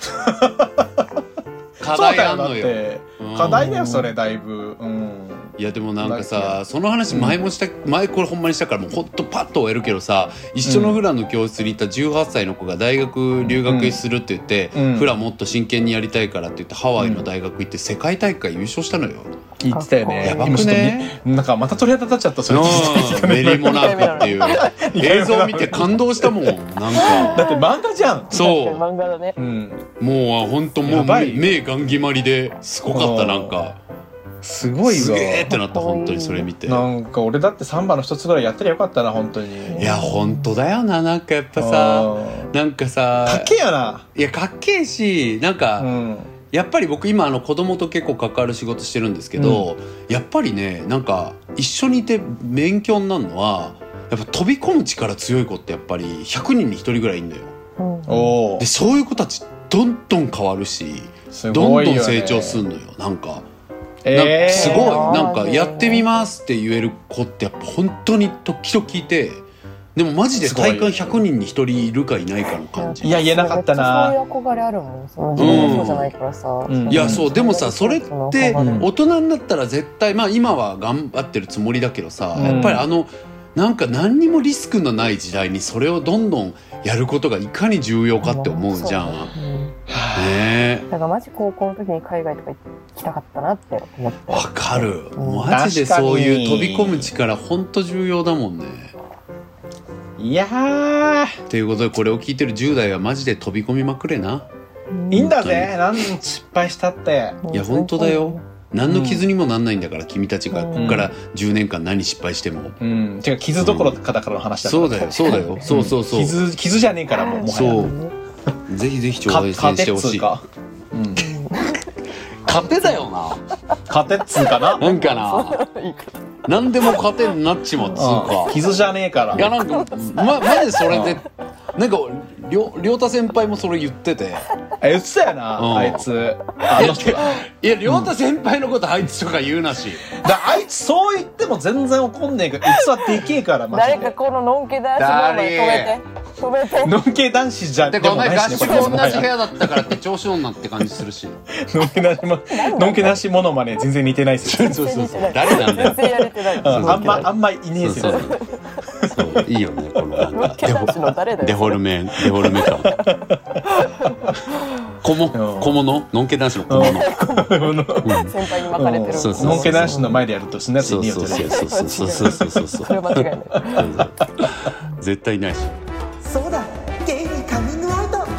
課題あんのよ。 課題だよそれだいぶ。うん。 いやでもなんかさその話前もした、うん、前これほんまにしたからもうほんとパッと終えるけどさ一緒のフラの教室に行ったじゅうはっさいの子が大学留学するって言って、うん、フラもっと真剣にやりたいからって言ってハワイの大学行って世界大会優勝したのよ。 聞いてたよね。 やばくね。 なんかまた鳥肌立っちゃったそれ聞いて。 メリーモナークっていう映像を見て感動したもん。なんかだって漫画じゃん。 そう漫画だね。 うん、もうほんともう目ガン決まりですごかった。なんかすごいわ。 すげーってなった本当にそれ見て。 なんか俺だってサンバの一つぐらいやったらよかったな本当に。 いや本当だよな。なんかやっぱさなんかさかっけえやな。 いやかっけえしなんか、うん、やっぱり僕今あの子供と結構関わる仕事してるんですけど、うん、やっぱりねなんか一緒にいて勉強になるのはやっぱ飛び込む力強い子ってやっぱりひゃくにんにひとりぐらいいるのよ。うん、でそういう子たちどんどん変わるしどんどん成長するのよ。なんかなんかすごいなんかやってみますって言える子ってやっぱ本当に時々いてでもマジで体感ひゃくにんにひとりいるかいないかの感じ。 いや言えなかったな。 そういう憧れあるもん。その自分もそうじゃないからさ、 うん、 いやそうでもさそれって大人になったら絶対まあ今は頑張ってるつもりだけどさ、うん、やっぱりあのなんか何にもリスクのない時代にそれをどんどんやることがいかに重要かって思うじゃん。ねえ。 だからマジ高校の時に海外とか行きたかったなって思って。 わかる。マジでそういう飛び込む力本当重要だもんね。 いやー。 ということでこれを聞いてるじゅう代はマジで飛び込みまくれな。 いいんだぜ。何失敗したって。 いや本当だよ。何の傷にもなんないんだから、うん、君たちがここからじゅうねんかん何失敗しても。 うん。てか傷どころかだからの話だから、 うん。そうだよそうだよ。そうそうそう。 傷傷じゃねえからもうもはや。 そう。ぜひぜひ頂戴戦してほしい。うん。勝てだよな。 勝てっつうかな。 なんかな。何でも勝てになっちまっつうか。 傷じゃねえから。 いやなんかまマジそれでなんかりょりょうた先輩もそれ言ってて。 あ言ってたよな、うん、あいつ。 あの人いやりょうた先輩のことあいつとか言うなし。 だあいつそう言っても全然怒んねえから。いつはでけえからマジで。 誰かこののんけ男子の前止めて。止めて。 のんけ男子じゃん。 でお前合宿同じ部屋だったからって調子女って感じするし。 のんけ男子ものんけ男子モノマネ全然似てないっすよ。 そうそうそう。誰なんだよ。 全然やれてない。 あんまあんまいねえっすよ。 そういいよねこのなんかデフォルメデフォルメ感。小物小物のんけ男子の小物。 先輩に巻かれてる。 のんけ男子の前でやるとそんなやついねえよ。 そうそうそうそうそうそうそう。 それ間違いない。 絶対いないし。 そうだゲイにカミングアウト。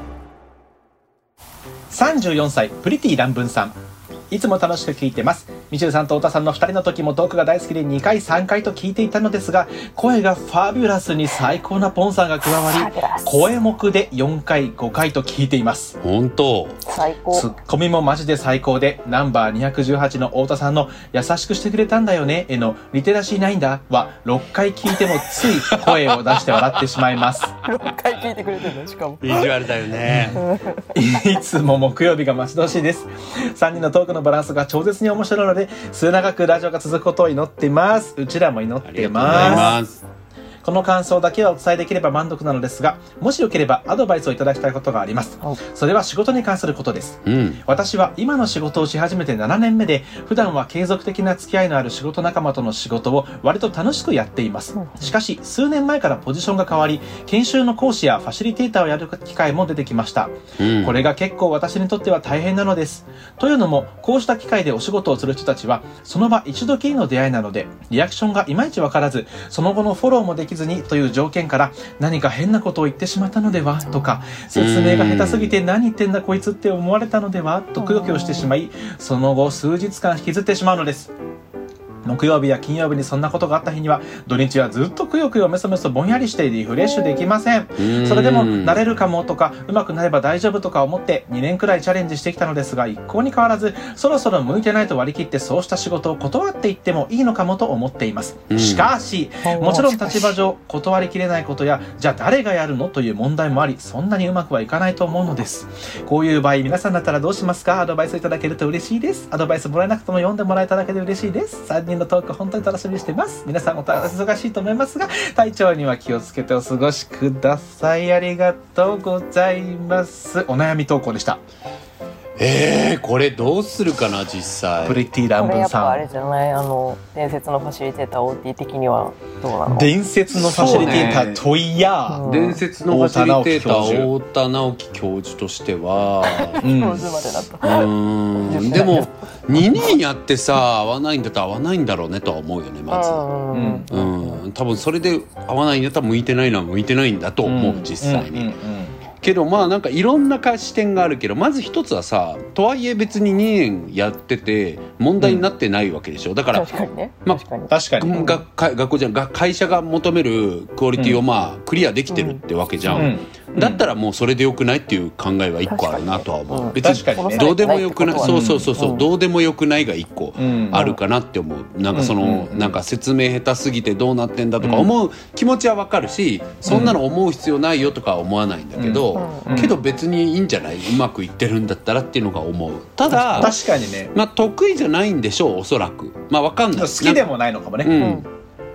さんじゅうよんさいプリティ乱文さん。いつも楽しく聞いてます。みちるさんと太田さんのふたりの時もトークが大好きでにかいさんかいと聞いていたのですが、声がファビュラスに最高なポンさんが加わり、声目でよんかいごかいと聞いています。 本当最高。 ツッコミもマジで最高で、ナンバーにひゃくじゅうはちの太田さんの優しくしてくれたんだよねへのリテラシーないんだはろっかい聞いてもつい声を出して笑ってしまいます。 ろっかい聞いてくれてるのしかも。 意地悪だよね。 いつも木曜日が待ち遠しいです。さんにんのトークのバランスが超絶に面白いので、末永くラジオが続くことを祈っています。うちらも祈ってます。この感想だけはお伝えできれば満足なのですが、もしよければアドバイスをいただきたいことがあります。それは仕事に関することです、うん、私は今の仕事をし始めてななねんめで、普段は継続的な付き合いのある仕事仲間との仕事を割と楽しくやっています。しかし数年前からポジションが変わり、研修の講師やファシリテーターをやる機会も出てきました、うん、これが結構私にとっては大変なのです。というのも、こうした機会でお仕事をする人たちはその場一度きりの出会いなので、リアクションがいまいちわからず、その後のフォローもできずにという条件から、何か変なことを言ってしまったのではとか、説明が下手すぎて何言ってんだこいつって思われたのではとくよくよしてしまい、その後数日間引きずってしまうのです。木曜日や金曜日にそんなことがあった日には、土日はずっとくよくよメソメソぼんやりしてリフレッシュできません。それでも慣れるかもとか、うまくなれば大丈夫とか思ってにねんくらいチャレンジしてきたのですが、一向に変わらず、そろそろ向いてないと割り切って、そうした仕事を断っていってもいいのかもと思っています。しかしもちろん立場上断りきれないことや、じゃあ誰がやるのという問題もあり、そんなにうまくはいかないと思うのです。こういう場合、皆さんだったらどうしますか？アドバイスいただけると嬉しいです。アドバイスもらえなくても読んでもらえただけで嬉しいです。さんにんのトーク本当に楽しみにしてます。皆さんお忙しいと思いますが、体調には気をつけてお過ごしください。ありがとうございます。お悩み投稿でした。 えー、これどうするかな実際。 プリティ乱文さん。 これやっぱあれじゃない、あの伝説のファシリテーター オーティー 的にはどうなの？ 伝説のファシリテーターといや、 ね、伝説のファシリテーター太田直樹教授としては、 うん、教授までだった。 うんでもにねんやってさ合わないんだったら合わないんだろうねとは思うよねまず。うん、うん、多分それで合わないんだったら向いてないのは向いてないんだと思う、うん、実際に。うんうんうん、けどまあなんかいろんな視点があるけど、まず一つはさ、とはいえ別ににねんやってて問題になってないわけでしょ。だから確かにね、 まあ、 確かに確かにが学校じゃんが会社が求めるクオリティをまあクリアできてるってわけじゃん、うんうん、だったらもうそれでよくないっていう考えは一個あるなとは思う、ね、うん、別にどうでもよくない、そうそうそうそう、うん、どうでもよくないが一個あるかなって思う。なんかその、うん、なんか説明下手すぎてどうなってんだとか思う気持ちはわかるし、そんなの思う必要ないよとかは思わないんだけど、うんうん、けど別にいいんじゃない、うまくいってるんだったらっていうのが思う。ただ確かにね、 まあ得意じゃないんでしょうおそらく。まあわかんない、 好きでもないのかもね、 うん、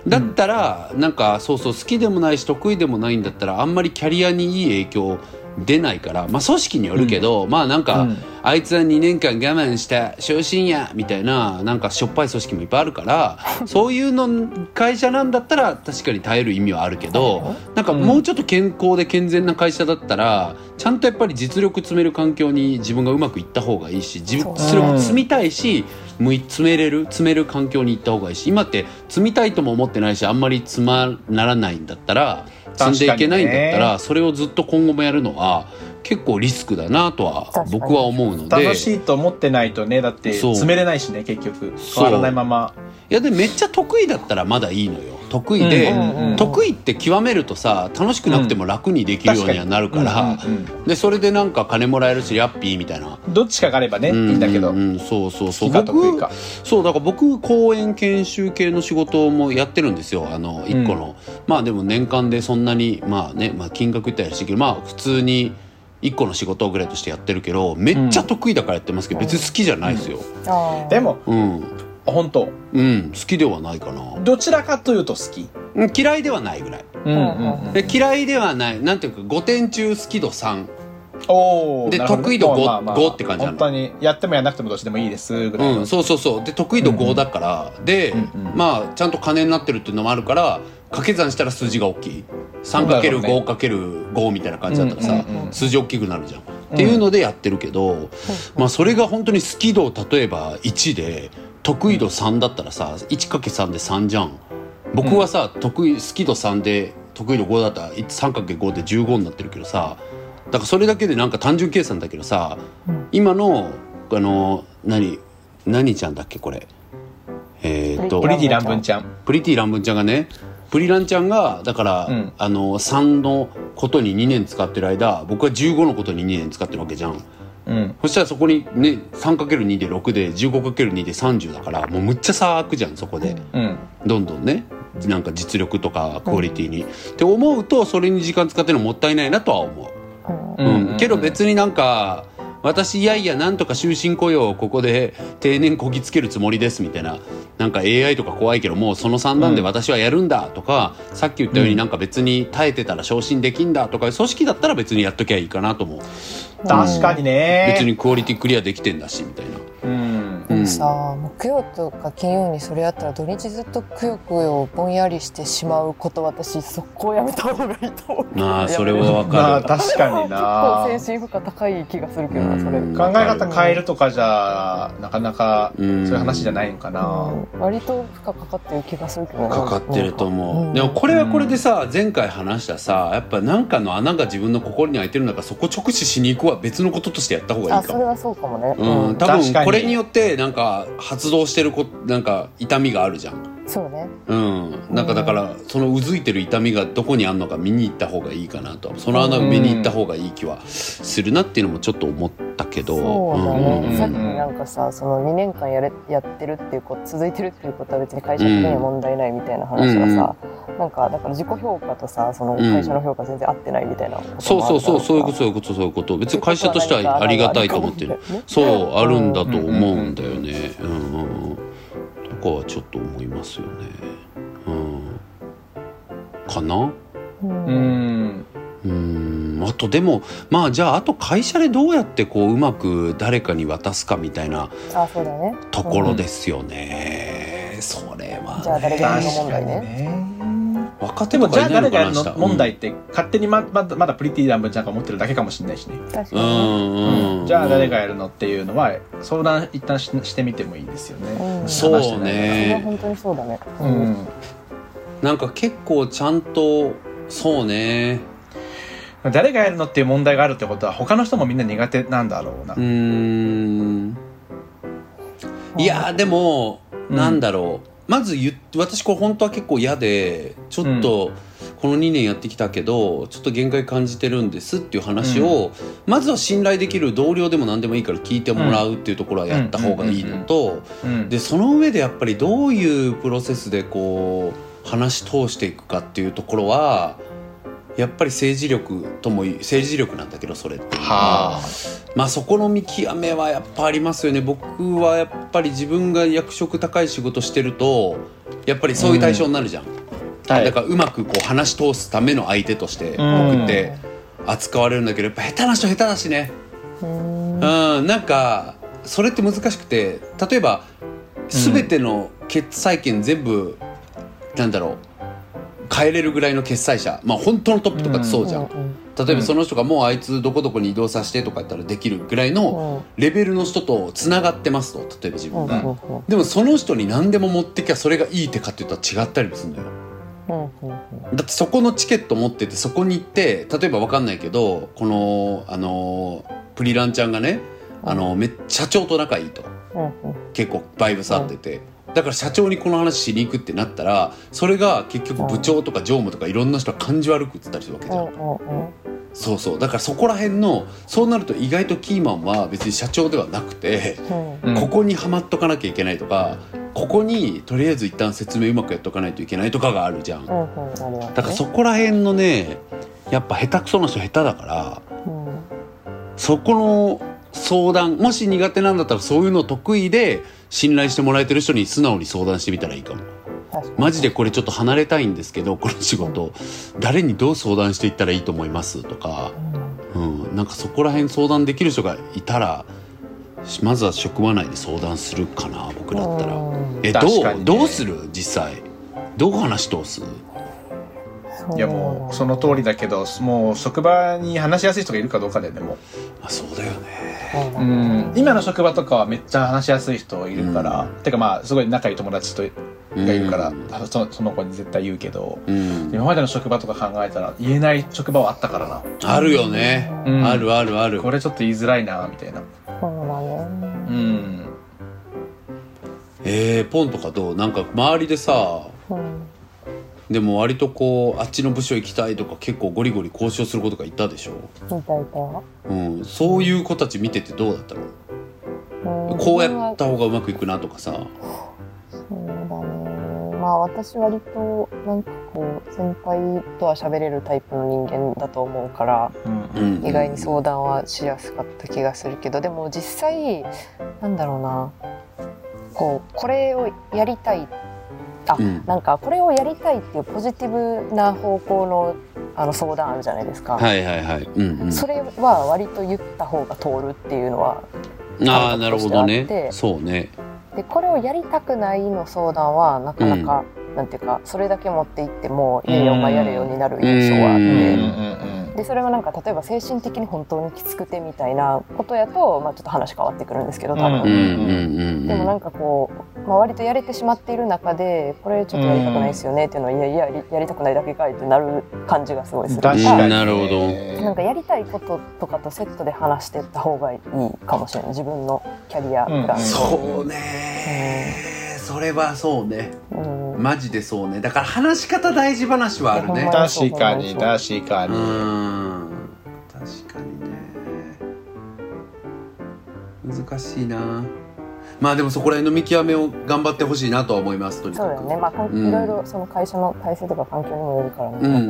だったらなんかそうそう好きでもないし得意でもないんだったらあんまりキャリアにいい影響出ないから、まあ組織によるけど、うん、まあなんか、うん、あいつはにねんかん我慢した昇進やみたいななんかしょっぱい組織もいっぱいあるからそういうの会社なんだったら確かに耐える意味はあるけど、なんかもうちょっと健康で健全な会社だったらちゃんとやっぱり実力積める環境に自分がうまくいった方がいいし、実力積みたいし積めれる積める環境に行った方がいいし、今って積みたいとも思ってないしあんまりつまならないんだったら積んでいけないんだったら、それをずっと今後もやるのは結構リスクだなとは僕は思うので、 楽しいと思ってないとね、だって詰めれないしね、結局変わらないまま。 いやでめっちゃ得意だったらまだいいのよ。得意で、うんうんうん、得意って極めるとさ楽しくなくても楽にできるようにはなるから、うんうんうん、でそれでなんか金もらえるしラッピーみたいな、 どっちかがあればね、うんうんうん、いいんだけど、 そうそうそう、僕そうだから僕講演研修系の仕事もやってるんですよ、あのいっこの、うん、まあでも年間でそんなにまあね、まあ、金額言ったりしてけどまあ普通にいっこの仕事ぐらいとしてやってるけどめっちゃ得意だからやってますけど、うん、別に好きじゃないですよ、 うん、でも、うん本当うん好きではないかな。 どちらかというと好き、 嫌いではないぐらい、うんうんうん、で嫌いではないなんていうかごてん中好き度さんおで得意度 ご,、まあまあ、ごって感じなの。 本当にやってもやらなくてもどっちでもいいですぐらい、 うん、そうそうそうで得意度ごだから、うん、で、うんうん、まあちゃんと金になってるっていうのもあるから掛け算したら数字が大きい さんかけるごかけるご みたいな感じだったらさ、うんうんうん、数字大きくなるじゃん、うん、っていうのでやってるけど、うん、まあそれが本当に好き度例えばいちで得意度さんだったらさ いちかけるさん でさんじゃん。僕はさ、うん、得意好き度さんで得意度ごだったら さんかけるご でじゅうごになってるけどさ、だからそれだけでなんか単純計算だけどさ、うん、今のあの何何ちゃんだっけこれえー、っとプリティランブンちゃんプリティランブンちゃんがねプリランちゃんがだから、うん、あのさんのことににねん使ってる間僕はじゅうごのことににねん使ってるわけじゃん。うん、そしたらそこにね さんかけるに でろくで じゅうごかけるに でさんじゅうだからもうむっちゃ差開くじゃんそこで、うん、どんどんねなんか実力とかクオリティに、うん、って思うとそれに時間使ってるのもったいないなとは思う、うんうん、けど別になんか私いやいやなんとか終身雇用をここで定年こぎつけるつもりですみたいな、なんか エーアイ とか怖いけどもうそのさんなんで私はやるんだとか、うん、さっき言ったようになんか別に耐えてたら昇進できんだとか組織だったら別にやっときゃいいかなと思う。 確かにね、 別にクオリティクリアできてんだしみたいな。 うんでもさ、木曜とか金曜にそれやったら土日ずっとくよくよぼんやりしてしまうこと私速攻やめた方がいいと思う。 まあそれはわかる、 まあ、確かにな結構精神負荷高い気がするけどな、それ考え方変えるとかじゃなかなかそういう話じゃないのかな、 うん、割と負荷かかってる気がするけどかかってると思う、うん、でもこれはこれでさ前回話したさやっぱなんかの穴が自分の心に開いてるんだからそこ直視しに行くは別のこととしてやった方がいいかも。 あそれはそうかもね、 うん、多分これによってなんか発動してるこなんか痛みがあるじゃん。 そうね、 うん、なんかだからそのうずいてる痛みがどこにあるのか見に行った方がいいかなと、その穴を見に行った方がいい気はするなっていうのもちょっと思ったけど、 そうだね、うん、さっきなんかさそのにねんかんやれやってるっていうこと続いてるっていうことは別に会社的には問題ないみたいな話がさ、うん、なんかだから自己評価とさその会社の評価全然合ってないみたいなこともあるから、 そうそうそうそういうことそういうことそういうこと別に会社としてはありがたいと思ってる、そうあるんだと思うんだよね、うんうんうん、とかはちょっと思いますよね、うん、かな。 うんうんあとでもまあじゃああと会社でどうやってこううまく誰かに渡すかみたいなところですよね、うん、それはね。 じゃあ誰がやるの問題ね。 若手とかいないのかな。 じゃあ誰がやるの問題って、うん、勝手に ま, ま, まだプリティランブンちゃんが持ってるだけかもしれないしね。 確かに、うんうん、じゃあ誰がやるのっていうのは相談一旦 し, してみてもいいですよね、 うん、 そうね。 それは本当にそうだね、 うんうん、 なんか結構ちゃんとそうね誰がやるのっていう問題があるってことは他の人もみんな苦手なんだろうな。 うーんいやでも、うん、なんだろうまず言私これ本当は結構嫌でちょっとこのにねんやってきたけど、うん、ちょっと限界感じてるんですっていう話を、うん、まずは信頼できる同僚でも何でもいいから聞いてもらうっていうところはやった方がいいのと、でその上でやっぱりどういうプロセスでこう話し通していくかっていうところはやっぱり政治力とも政治力なんだけどそれってはあ、 まあそこの見極めはやっぱありますよね。僕はやっぱり自分が役職高い仕事してるとやっぱりそういう対象になるじゃん、うんはい、だからうまくこう話し通すための相手として僕って扱われるんだけど、やっぱ下手な人下手だしね、うん、なんかそれって難しくて、例えば全ての決裁権全部なんだろう変えれるぐらいの決裁者、まあ本当のトップとかってそうじゃん、うん、例えばその人がもうあいつどこどこに移動させてとか言ったらできるぐらいのレベルの人とつながってますと、例えば自分が、うん、でもその人に何でも持ってきゃそれがいい手かって言ったら違ったりもするのよ、うん、だってそこのチケット持っててそこに行って例えば分かんないけどこのあのプリランちゃんがねあのめ社長と仲いいと、うん、結構バイブス合ってて、うんだから社長にこの話しに行くってなったらそれが結局部長とか常務とかいろんな人が感じ悪く言ってたりするわけじゃん、うんうんうん、そうそうだからそこら辺のそうなると意外とキーマンは別に社長ではなくて、うん、ここにはまっとかなきゃいけないとかここにとりあえず一旦説明うまくやっとかないといけないとかがあるじゃん、うんうん、だからそこら辺のねやっぱ下手くそな人下手だから、うん、そこの相談もし苦手なんだったらそういうの得意で信頼してもらえてる人に素直に相談してみたらいいかも。マジでこれちょっと離れたいんですけどこの仕事、うん、誰にどう相談していったらいいと思いますとか、うんうん、なんかそこら辺相談できる人がいたらまずは職場内で相談するかな僕だったら、うん、えどう、ね、どうする実際どう話通す？ いやもうその通りだけどもう職場に話しやすい人がいるかどうかでねもうあそうだよねうん今の職場とかはめっちゃ話しやすい人いるから、うん、てかまあすごい仲いい友達とがいるから、うん、そ, その子に絶対言うけど、うん、今までの職場とか考えたら言えない職場はあったからなあるよね、うん、あるあるあるこれちょっと言いづらいなみたいなそうだねうんえー、ポンとかどうなんか周りでさ、うんでも割とこうあっちの部署行きたいとか結構ゴリゴリ交渉する子とかいたでしょ。 いたいた、 うん、そういう子たち見ててどうだったの、うん、こうやった方がうまくいくなとかさ。 そうだねまあ私割となんかこう先輩とは喋れるタイプの人間だと思うから、うん、意外に相談はしやすかった気がするけどでも実際なんだろうなこうこれをやりたいあ、うん、なんかこれをやりたいっていうポジティブな方向 の, あの相談あるじゃないですか、 はいはいはい、うんうん、 それは割と言った方が通るっていうのはああなるほどねそうねでこれをやりたくないの相談はなかなか、うん、なんていうかそれだけ持っていってもいやいやお前やれようになる印象はあってでそれはなんか例えば精神的に本当にきつくてみたいなことやと、まあ、ちょっと話変わってくるんですけど多分でもなんかこう、まあ、割とやれてしまっている中でこれちょっとやりたくないですよねっていうのはいやいや や, やりたくないだけかいってなる感じがすごいするからなるほどなんかやりたいこととかとセットで話していった方がいいかもしれない自分のキャリアプラン、うん、 そうね、うん、それはそうね、うんマジでそうねだから話し方大事話はあるね確かに確かにうん確かにね難しいなまあでもそこら辺の見極めを頑張ってほしいなとは思いますとにかくそうだよねまあ、うん、いろいろその会社の体制とか環境にもよるからね、うん、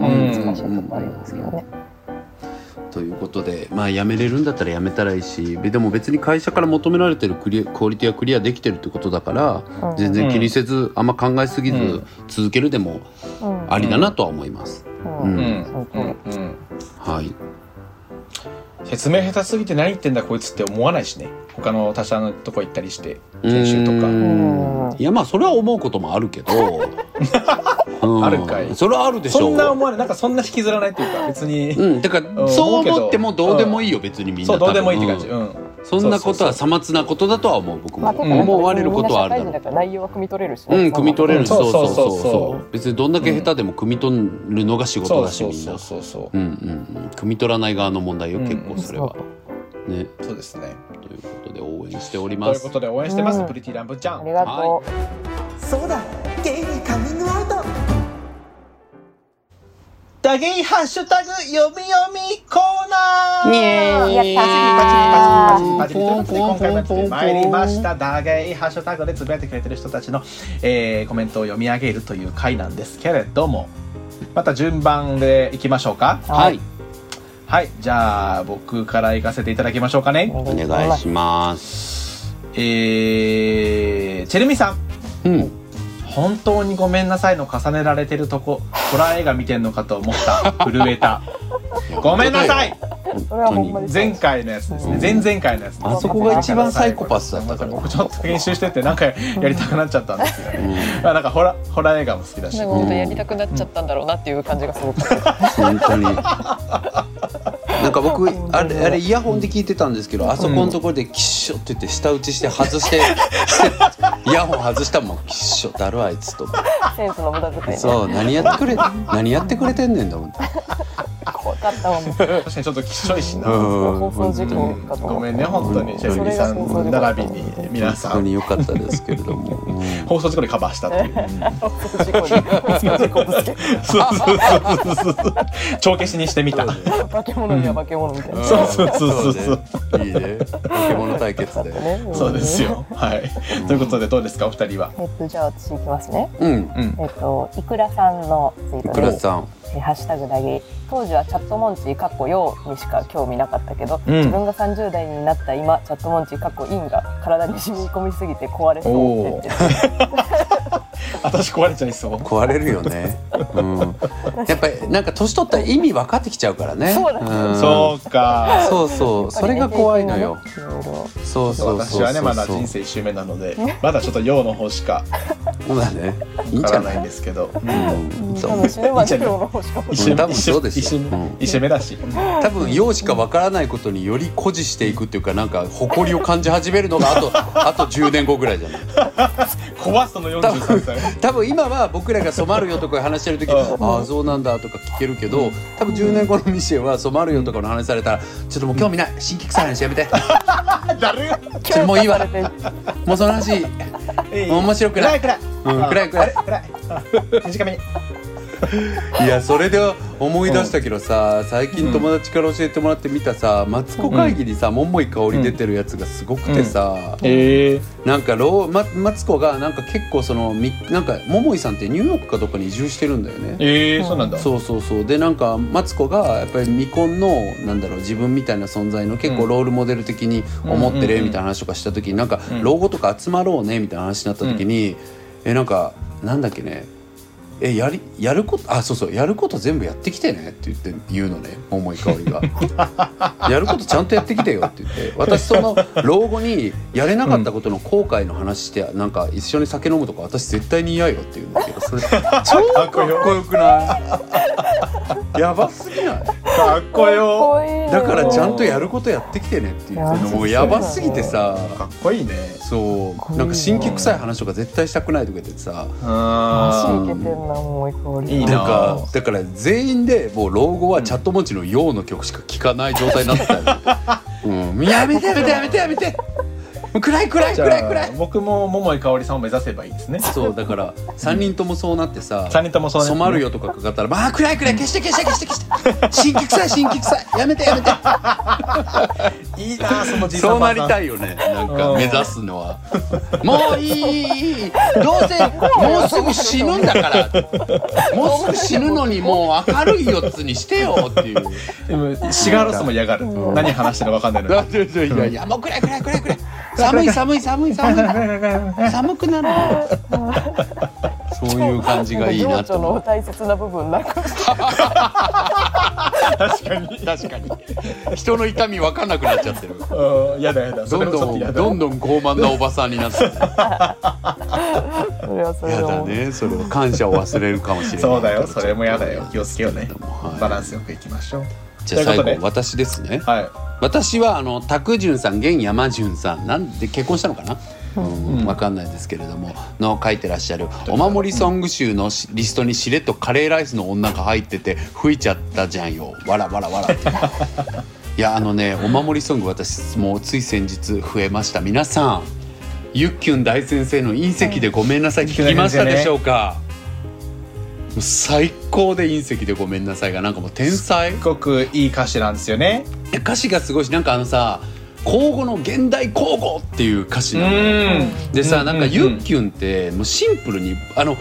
難しいとこありますけどねということで、まあ辞めれるんだったら辞めたらいいしでも別に会社から求められてるクリクオリティはクリアできてるってことだから、うん、全然気にせず、うん、あんま考えすぎず、うん、続けるでもありだなとは思います、うんうんうんうん、はい説明下手すぎて何言ってんだこいつって思わないしね他の他社のとこ行ったりして研修とかうんいやまあそれは思うこともあるけどあるかいそれはあるでしょそんな思わないなんかそんな引きずらないっていうか別にうんだからそう思ってもどうでもいいよ、うん、別にみんなそうどうでもいいって感じ、うん、 そんなことはさまつなことだとは思う僕も、まあ、思われることはあるだろう、 みんな社会人だから内容は汲み取れるし、 ね、うん汲み取れるし、うん、そうそうそうそう別にどんだけ下手でも汲み取るのが仕事だし、うん、みんなそうそうそううんうんうん汲み取らない側の問題よ、うん、結構それはねそうですねということで応援しておりますということで応援してます、うん、プリティランブちゃんありがとう、はい、 そうだゲイにカミングアウトダゲイハッシュタグ読み読みコーナーイエーイパチリパチリパチリパチリパチリということで今回もやってまいりましたダゲイハッシュタグでつぶやいてくれてる人たちの、えー、コメントを読み上げるという回なんですけれどもまた順番でいきましょうか。 はいはい、じゃあ僕から行かせていただきましょうかね。 お願いします。 えー、チェルミさん、 うん、 本当にごめんなさいの重ねられてるとこホラー映画見てんのかと思った震えたごめんなさい。 それはほんまに前回のやつですね、前々回のやつです。 あそこが一番サイコパスだったから。 僕ちょっと編集しててなんかやりたくなっちゃったんですよね。まあなんかホラホラー映画も好きだし、 なんか本当やりたくなっちゃったんだろうなっていう感じがすごく本当になんか僕あれあれイヤホンで聞いてたんですけど、あそこのところでキッショって言って舌打ちして外してイヤホン外したもん。キッショだろあいつと。 センスの無駄遣いね。 そう何やってくれ何やってくれてんねんだもん。 怖かったわもん。 確かにちょっときっしょいしな。 放送事故かとごめんね本当にチェルミさん並びに皆さん。 本当に良かったですけれども。 放送事故でカバーしたっていう。 放送事故に放送事故ぶつけ。 そうそうそうそう。帳消しにしてみた。 化け物には化け物みたいな。 そうそうそうそう。 いいね。化け物対決で。 そうですよ。はい。ということでどうですかお二人は。 えっとじゃあ私いきますね。 うん。 えっといくらさんのツイートで。 いくらさん。 ハッシュタグだぎ。当時はチャットモンチーかっこようにしか興味なかったけど、 うん、 自分がさんじゅう代になった今チャットモンチーかっこインが体に染み込みすぎて壊れそうって私壊れちゃいそう。 壊れるよね、うん、やっぱりなんか年取ったら意味分かってきちゃうからね。 そうなんですよ、 うん、 そうかそうそうそれが怖いのよ。そうそうそう私はねまだ人生一周目なのでまだちょっと陽の方しかそうだねいいんわからじゃないないんですけど、 うん、多分死ぬまで陽の方しか一多分そうですよ。 一周目だし多分陽しか分からないことにより誇示していくっていうかなんか誇りを感じ始めるのがあとあとじゅうねんごぐらいじゃない。 怖そのよんじゅうさんさい多分今は僕らが染まるよとか話してる時ああそうなんだとか聞けるけど多分じゅうねんごのミシェは染まるよとかの話されたらちょっともう興味ない新規臭い話やめて誰がちょっともういいわもうその話面白くない暗い暗い、うん、暗い暗い暗い短めにいやそれで思い出したけどさ最近友達から教えてもらって見たさマツコ会議にさ桃井かおり出てるやつがすごくてさ、うんうんえー、 なんかロー、ま、マツコがなんか結構そのみなんか桃井さんってニューヨークかどっかに移住してるんだよね。 えー、そうなんだ。 そうそうそうでなんかマツコがやっぱり未婚のなんだろう自分みたいな存在の結構ロールモデル的に思ってるみたいな話とかした時になんか老後とか集まろうねみたいな話になった時に、うん、えなんかなんだっけねえやりやることあそうそうやること全部やってきてねって言って言うのね桃井かおりがやることちゃんとやってきてよって言って私その老後にやれなかったことの後悔の話してなんか一緒に酒飲むとか私絶対に嫌よって言うんだけどそれ超かっこよくないやばすぎないかっこよだからちゃんとやることやってきてねって言ってもうやばすぎてさかっこいいね。 そうなんか新規臭い話とか絶対したくないとか言ってさあーいけてんなもういこいいなんかだから全員でもう老後はチャットモンチの陽の曲しか聴かない状態になってたよ、うん、やめてやめてやめてやめて暗い暗い暗い暗い僕も桃井かおりさんを目指せばいいですね。 そうだからさんにんともそうなってささんにんともそう、ね、 染まるよとかかかったらまあ暗い暗い消して消して消して消して新規臭い新規臭いやめてやめていいなそのじいさんそうなりたいよねなんか目指すのはもういいいいどうせもうすぐ死ぬんだからもうすぐ死ぬのにもう明るいよっつにしてよっていうでもシガーロスも嫌がる、うん、何話してるか分かんないのにいやいやもう暗い暗い暗い暗い寒い寒い寒い寒い寒くなるそういう感じがいいなと情緒の大切な部分なんか確かに確かに人の痛み分かんなくなっちゃってるやだやだどんどんどんどん傲慢なおばさんになってるそれはそれやだねそれは感謝を忘れるかもしれないそうだよそれもやだよ気をつけようね、はい、バランスよくいきましょう。 じゃあ最後私ですね、 はい、 私はあの拓潤さん現山潤さんなんで結婚したのかな、うん、分かんないですけれどもの書いてらっしゃるお守りソング集のリストにしれっとカレーライスの女が入ってて吹いちゃったじゃんよわらわらわらいやあのねお守りソング私もうつい先日増えました。皆さんゆっきゅん大先生の隕石でごめんなさい聞きましたでしょうか。もう最高で隕石でごめんなさいがなんかもう天才すごくいい歌詞なんですよね。 歌詞がすごいしなんかあのさ口語の現代口語っていう歌詞なのでさなんかゆっきゅんってもうシンプルにあの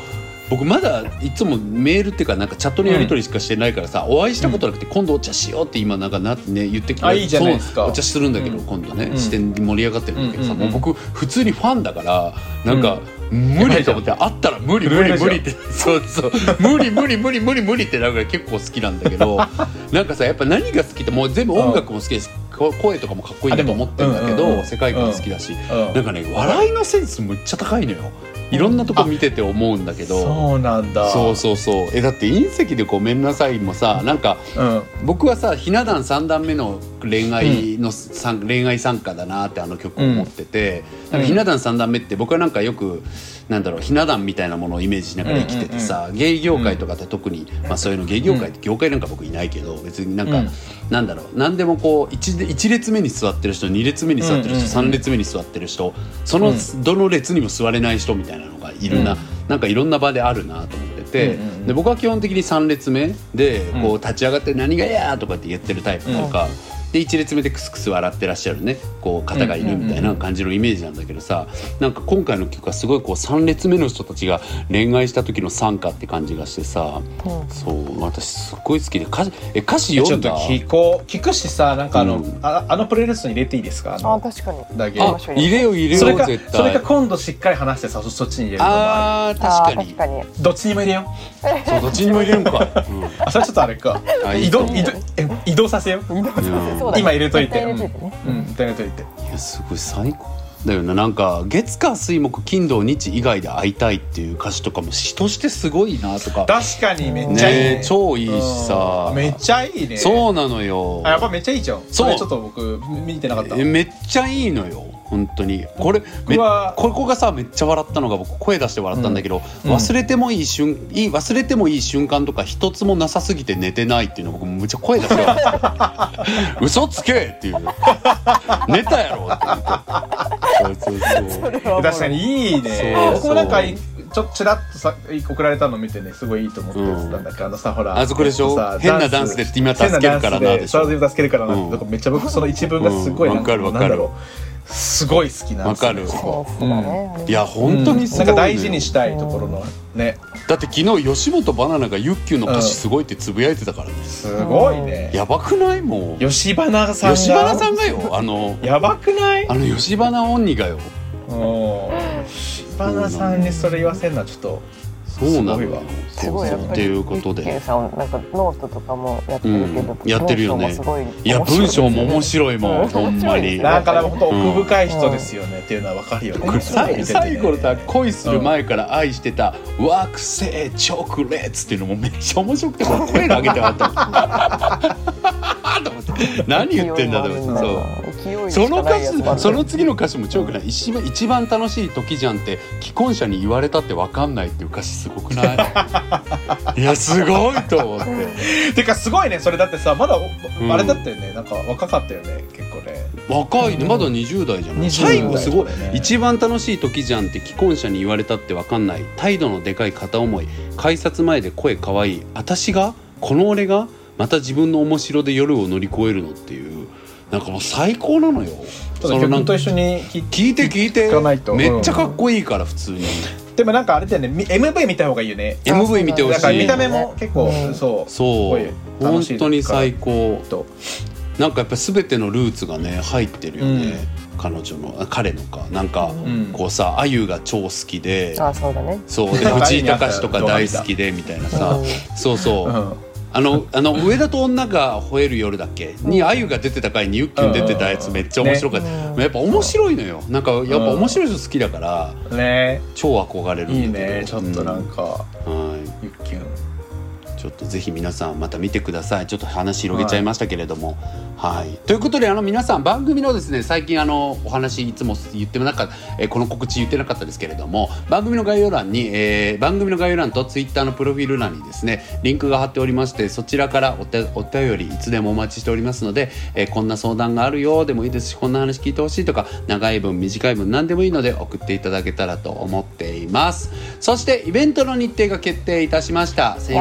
僕まだいつもメールっていうかなんかチャットのやり取りしかしてないからさ、うん、お会いしたことなくて、今度お茶しようって今なんかな、ね、言ってきて、 あいいじゃないですか。 お茶するんだけど、うん、今度ね、うん、視点盛り上がってるんだけどさ、 うんうんうん、 もう僕普通にファンだからなんか、うん、無理と思って、会ったら無理無理無理ってそうそう無理無理無理無理無理ってなんか結構好きなんだけどなんかさやっぱ何が好きってもう全部音楽も好きです、声とかもかっこいいなと思ってるんだけど、うんうんうん、世界観好きだし、うんうん、なんかね笑いのセンスむっちゃ高いのよ。いろんなとこ見てて思うんだけど、 そうなんだ。 そうそうそう。えだって隕石でごめんなさいもさ、なんか、うん、僕はさひな壇さんだんめの恋愛の、うん、恋愛参加だなってあの曲を持ってて、うん、なんかひな壇さんだんめって僕はなんかよくなんだろうひな壇みたいなものをイメージしながら生きててさ、うんうんうん、芸業界とかって特に、まあ、そういうの芸業界って業界なんか僕いないけど別になんか、うん、なんだろう何でもこう 1, 1列目に座ってる人に列目に座ってる人、うんうんうん、さん列目に座ってる人そのどの列にも座れない人みたいなのがいるな、うん、なんかいろんな場であるなと思ってて、うんうんうん、で僕は基本的にさん列目でこう立ち上がって何がやーとかって言ってるタイプとか、うん、でいち列目でクスクス笑ってらっしゃるねこう方がいるみたいな感じのイメージなんだけどさ、なんか今回の曲はすごいこうさん列目の人たちが恋愛した時の賛歌って感じがしてさ、うん、そう私すっごい好きで歌詞え歌詞読んだ。 ちょっと聞こう聞くしさなんかあの、うん、あ, あのプレイリストに入れていいですか。ああ確かにだけあ入れよ入れよそれか絶対それか今度しっかり話してさ そ, そっちに入れるのもある。 あ確かに確かにどっちにも入れようそうどっちにも入れるんか、うん、 あそれちょっとあれか移動移動移動させよう今入れといて、うん、うん、入れといて。 いやすごい最高だよな。なんか月火水木金土日以外で会いたいっていう歌詞とかも詩としてすごいなとか。 確かにめっちゃいい ね, ね超いいしさめっちゃいいね。 そうなのよ。 あやっぱめっちゃいいじゃん。それちょっと僕見てなかった。 めっちゃいいのよ本当に。これめここがさめっちゃ笑ったのが僕声出して笑ったんだけど、うん、忘れてもいい瞬いい忘れてもいい瞬間とか一つもなさすぎて寝てないっていうの僕むっちゃ声出して笑った嘘つけっていう寝たやろって言ってそうそうそう確かにいいね。僕もなんかちょっとちらっとさ送られたの見てねすごいいいと思ってたんだけど、うん、あのさほらあそこでしょ変なダンスで今助けるからなでしょ助けるからなって、うん、めっちゃ僕その一文がすごいなんか、うん、なんだろうすごい好きなんですよ。 わかる、うん、いや本当にすごい、 うん、なんか大事にしたいところのね。 だって昨日吉本バナナがユッキュの歌詞すごいってつぶやいてたからね、うん、 すごいね。 やばくないもう吉花さんが吉花さんがよあのやばくないあの吉花鬼がよ吉花さんにそれ言わせるのはちょっとそうなのよ。 すごいやっぱりっていうことでユッキーさんなんかノートとかもやってるけど、 うん、やってるよね。いや文章も面白いもんほんまに。 なんか本当奥深い人ですよね、うん、っていうのは分かるよね。 ね最後のさ恋する前から愛してた、うん、惑星チョコレーツっていうのもめっちゃ面白くて声で上げてもらったと思って何言ってんだと思ってそうその歌詞その次の歌詞も超くない、うん、一番一番楽しい時じゃんって既婚者に言われたって分かんないっていう歌詞すごくないいやすごいと思っててかすごいねそれだってさまだあれだったよね、うん、なんか若かったよね結構ね。 若いねまだにじゅう代じゃない、うん、最後すごい、ね、一番楽しい時じゃんって既婚者に言われたって分かんない態度のでかい片思い改札前で声かわいい私がこの俺がまた自分の面白で夜を乗り越えるのっていうなんかもう最高なのよ。 その曲と一緒に聞いて聞いてめっちゃかっこいいから普通に。 でもなんかあれだよね エムブイ 見た方がいいよね。 エムブイ 見てほしい。だから見た目も結構、うん、そうそう本当に最高となんかやっぱ全てのルーツがね入ってるよね、うん、彼女の彼のかなんか、うん、こうさあゆが超好きで、 あそうだねそうで藤井隆とか大好きでみたいなさ、うん、そうそう、うんあのあの上田と女が吠える夜だっけにあゆが出てた回にゆっきゅん出てたやつめっちゃ面白かった、ね、やっぱ面白いのよ。なんかやっぱ面白い人好きだから、 ね、 超憧れるんだけどいいねちょっとなんか、うん、はいゆっきゅんちょっとぜひ皆さんまた見てください。ちょっと話広げちゃいましたけれども、はい、はい、ということであの皆さん番組のですね最近あのお話いつも言ってもなかった、えー、この告知言ってなかったですけれども番組の概要欄に、えー、番組の概要欄とツイッターのプロフィール欄にですねリンクが貼っておりましてそちらからお手お便りいつでもお待ちしておりますので、えー、こんな相談があるよでもいいですしこんな話聞いてほしいとか長い文短い文何でもいいので送っていただけたらと思っています。そしてイベントの日程が決定いたしました。先週も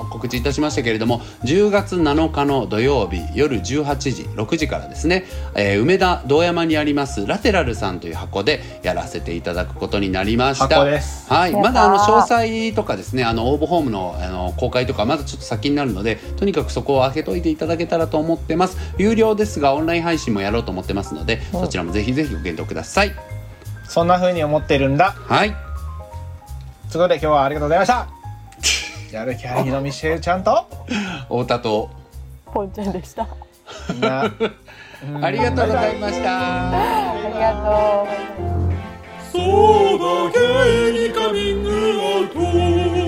も告知いたしましたけれども、じゅうがつなのかの土曜日夜じゅうはちじろくじからですね、えー、梅田堂山にありますラテラルさんという箱でやらせていただくことになりました。 箱です。 はい、まだあの詳細とかですね、あの応募フォームの、あの公開とかまだちょっと先になるので、とにかくそこを開けといていただけたらと思ってます。有料ですがオンライン配信もやろうと思ってますので、うん、そちらもぜひぜひご検討ください。 そんな風に思ってるんだ。 はい。 ということで今日はありがとうございました。やる気ありのミシェルちゃんと太田とポンちゃんでした。 みんなありがとうございました。 ありがとう。 そうだ、ゲイにカミングアウト。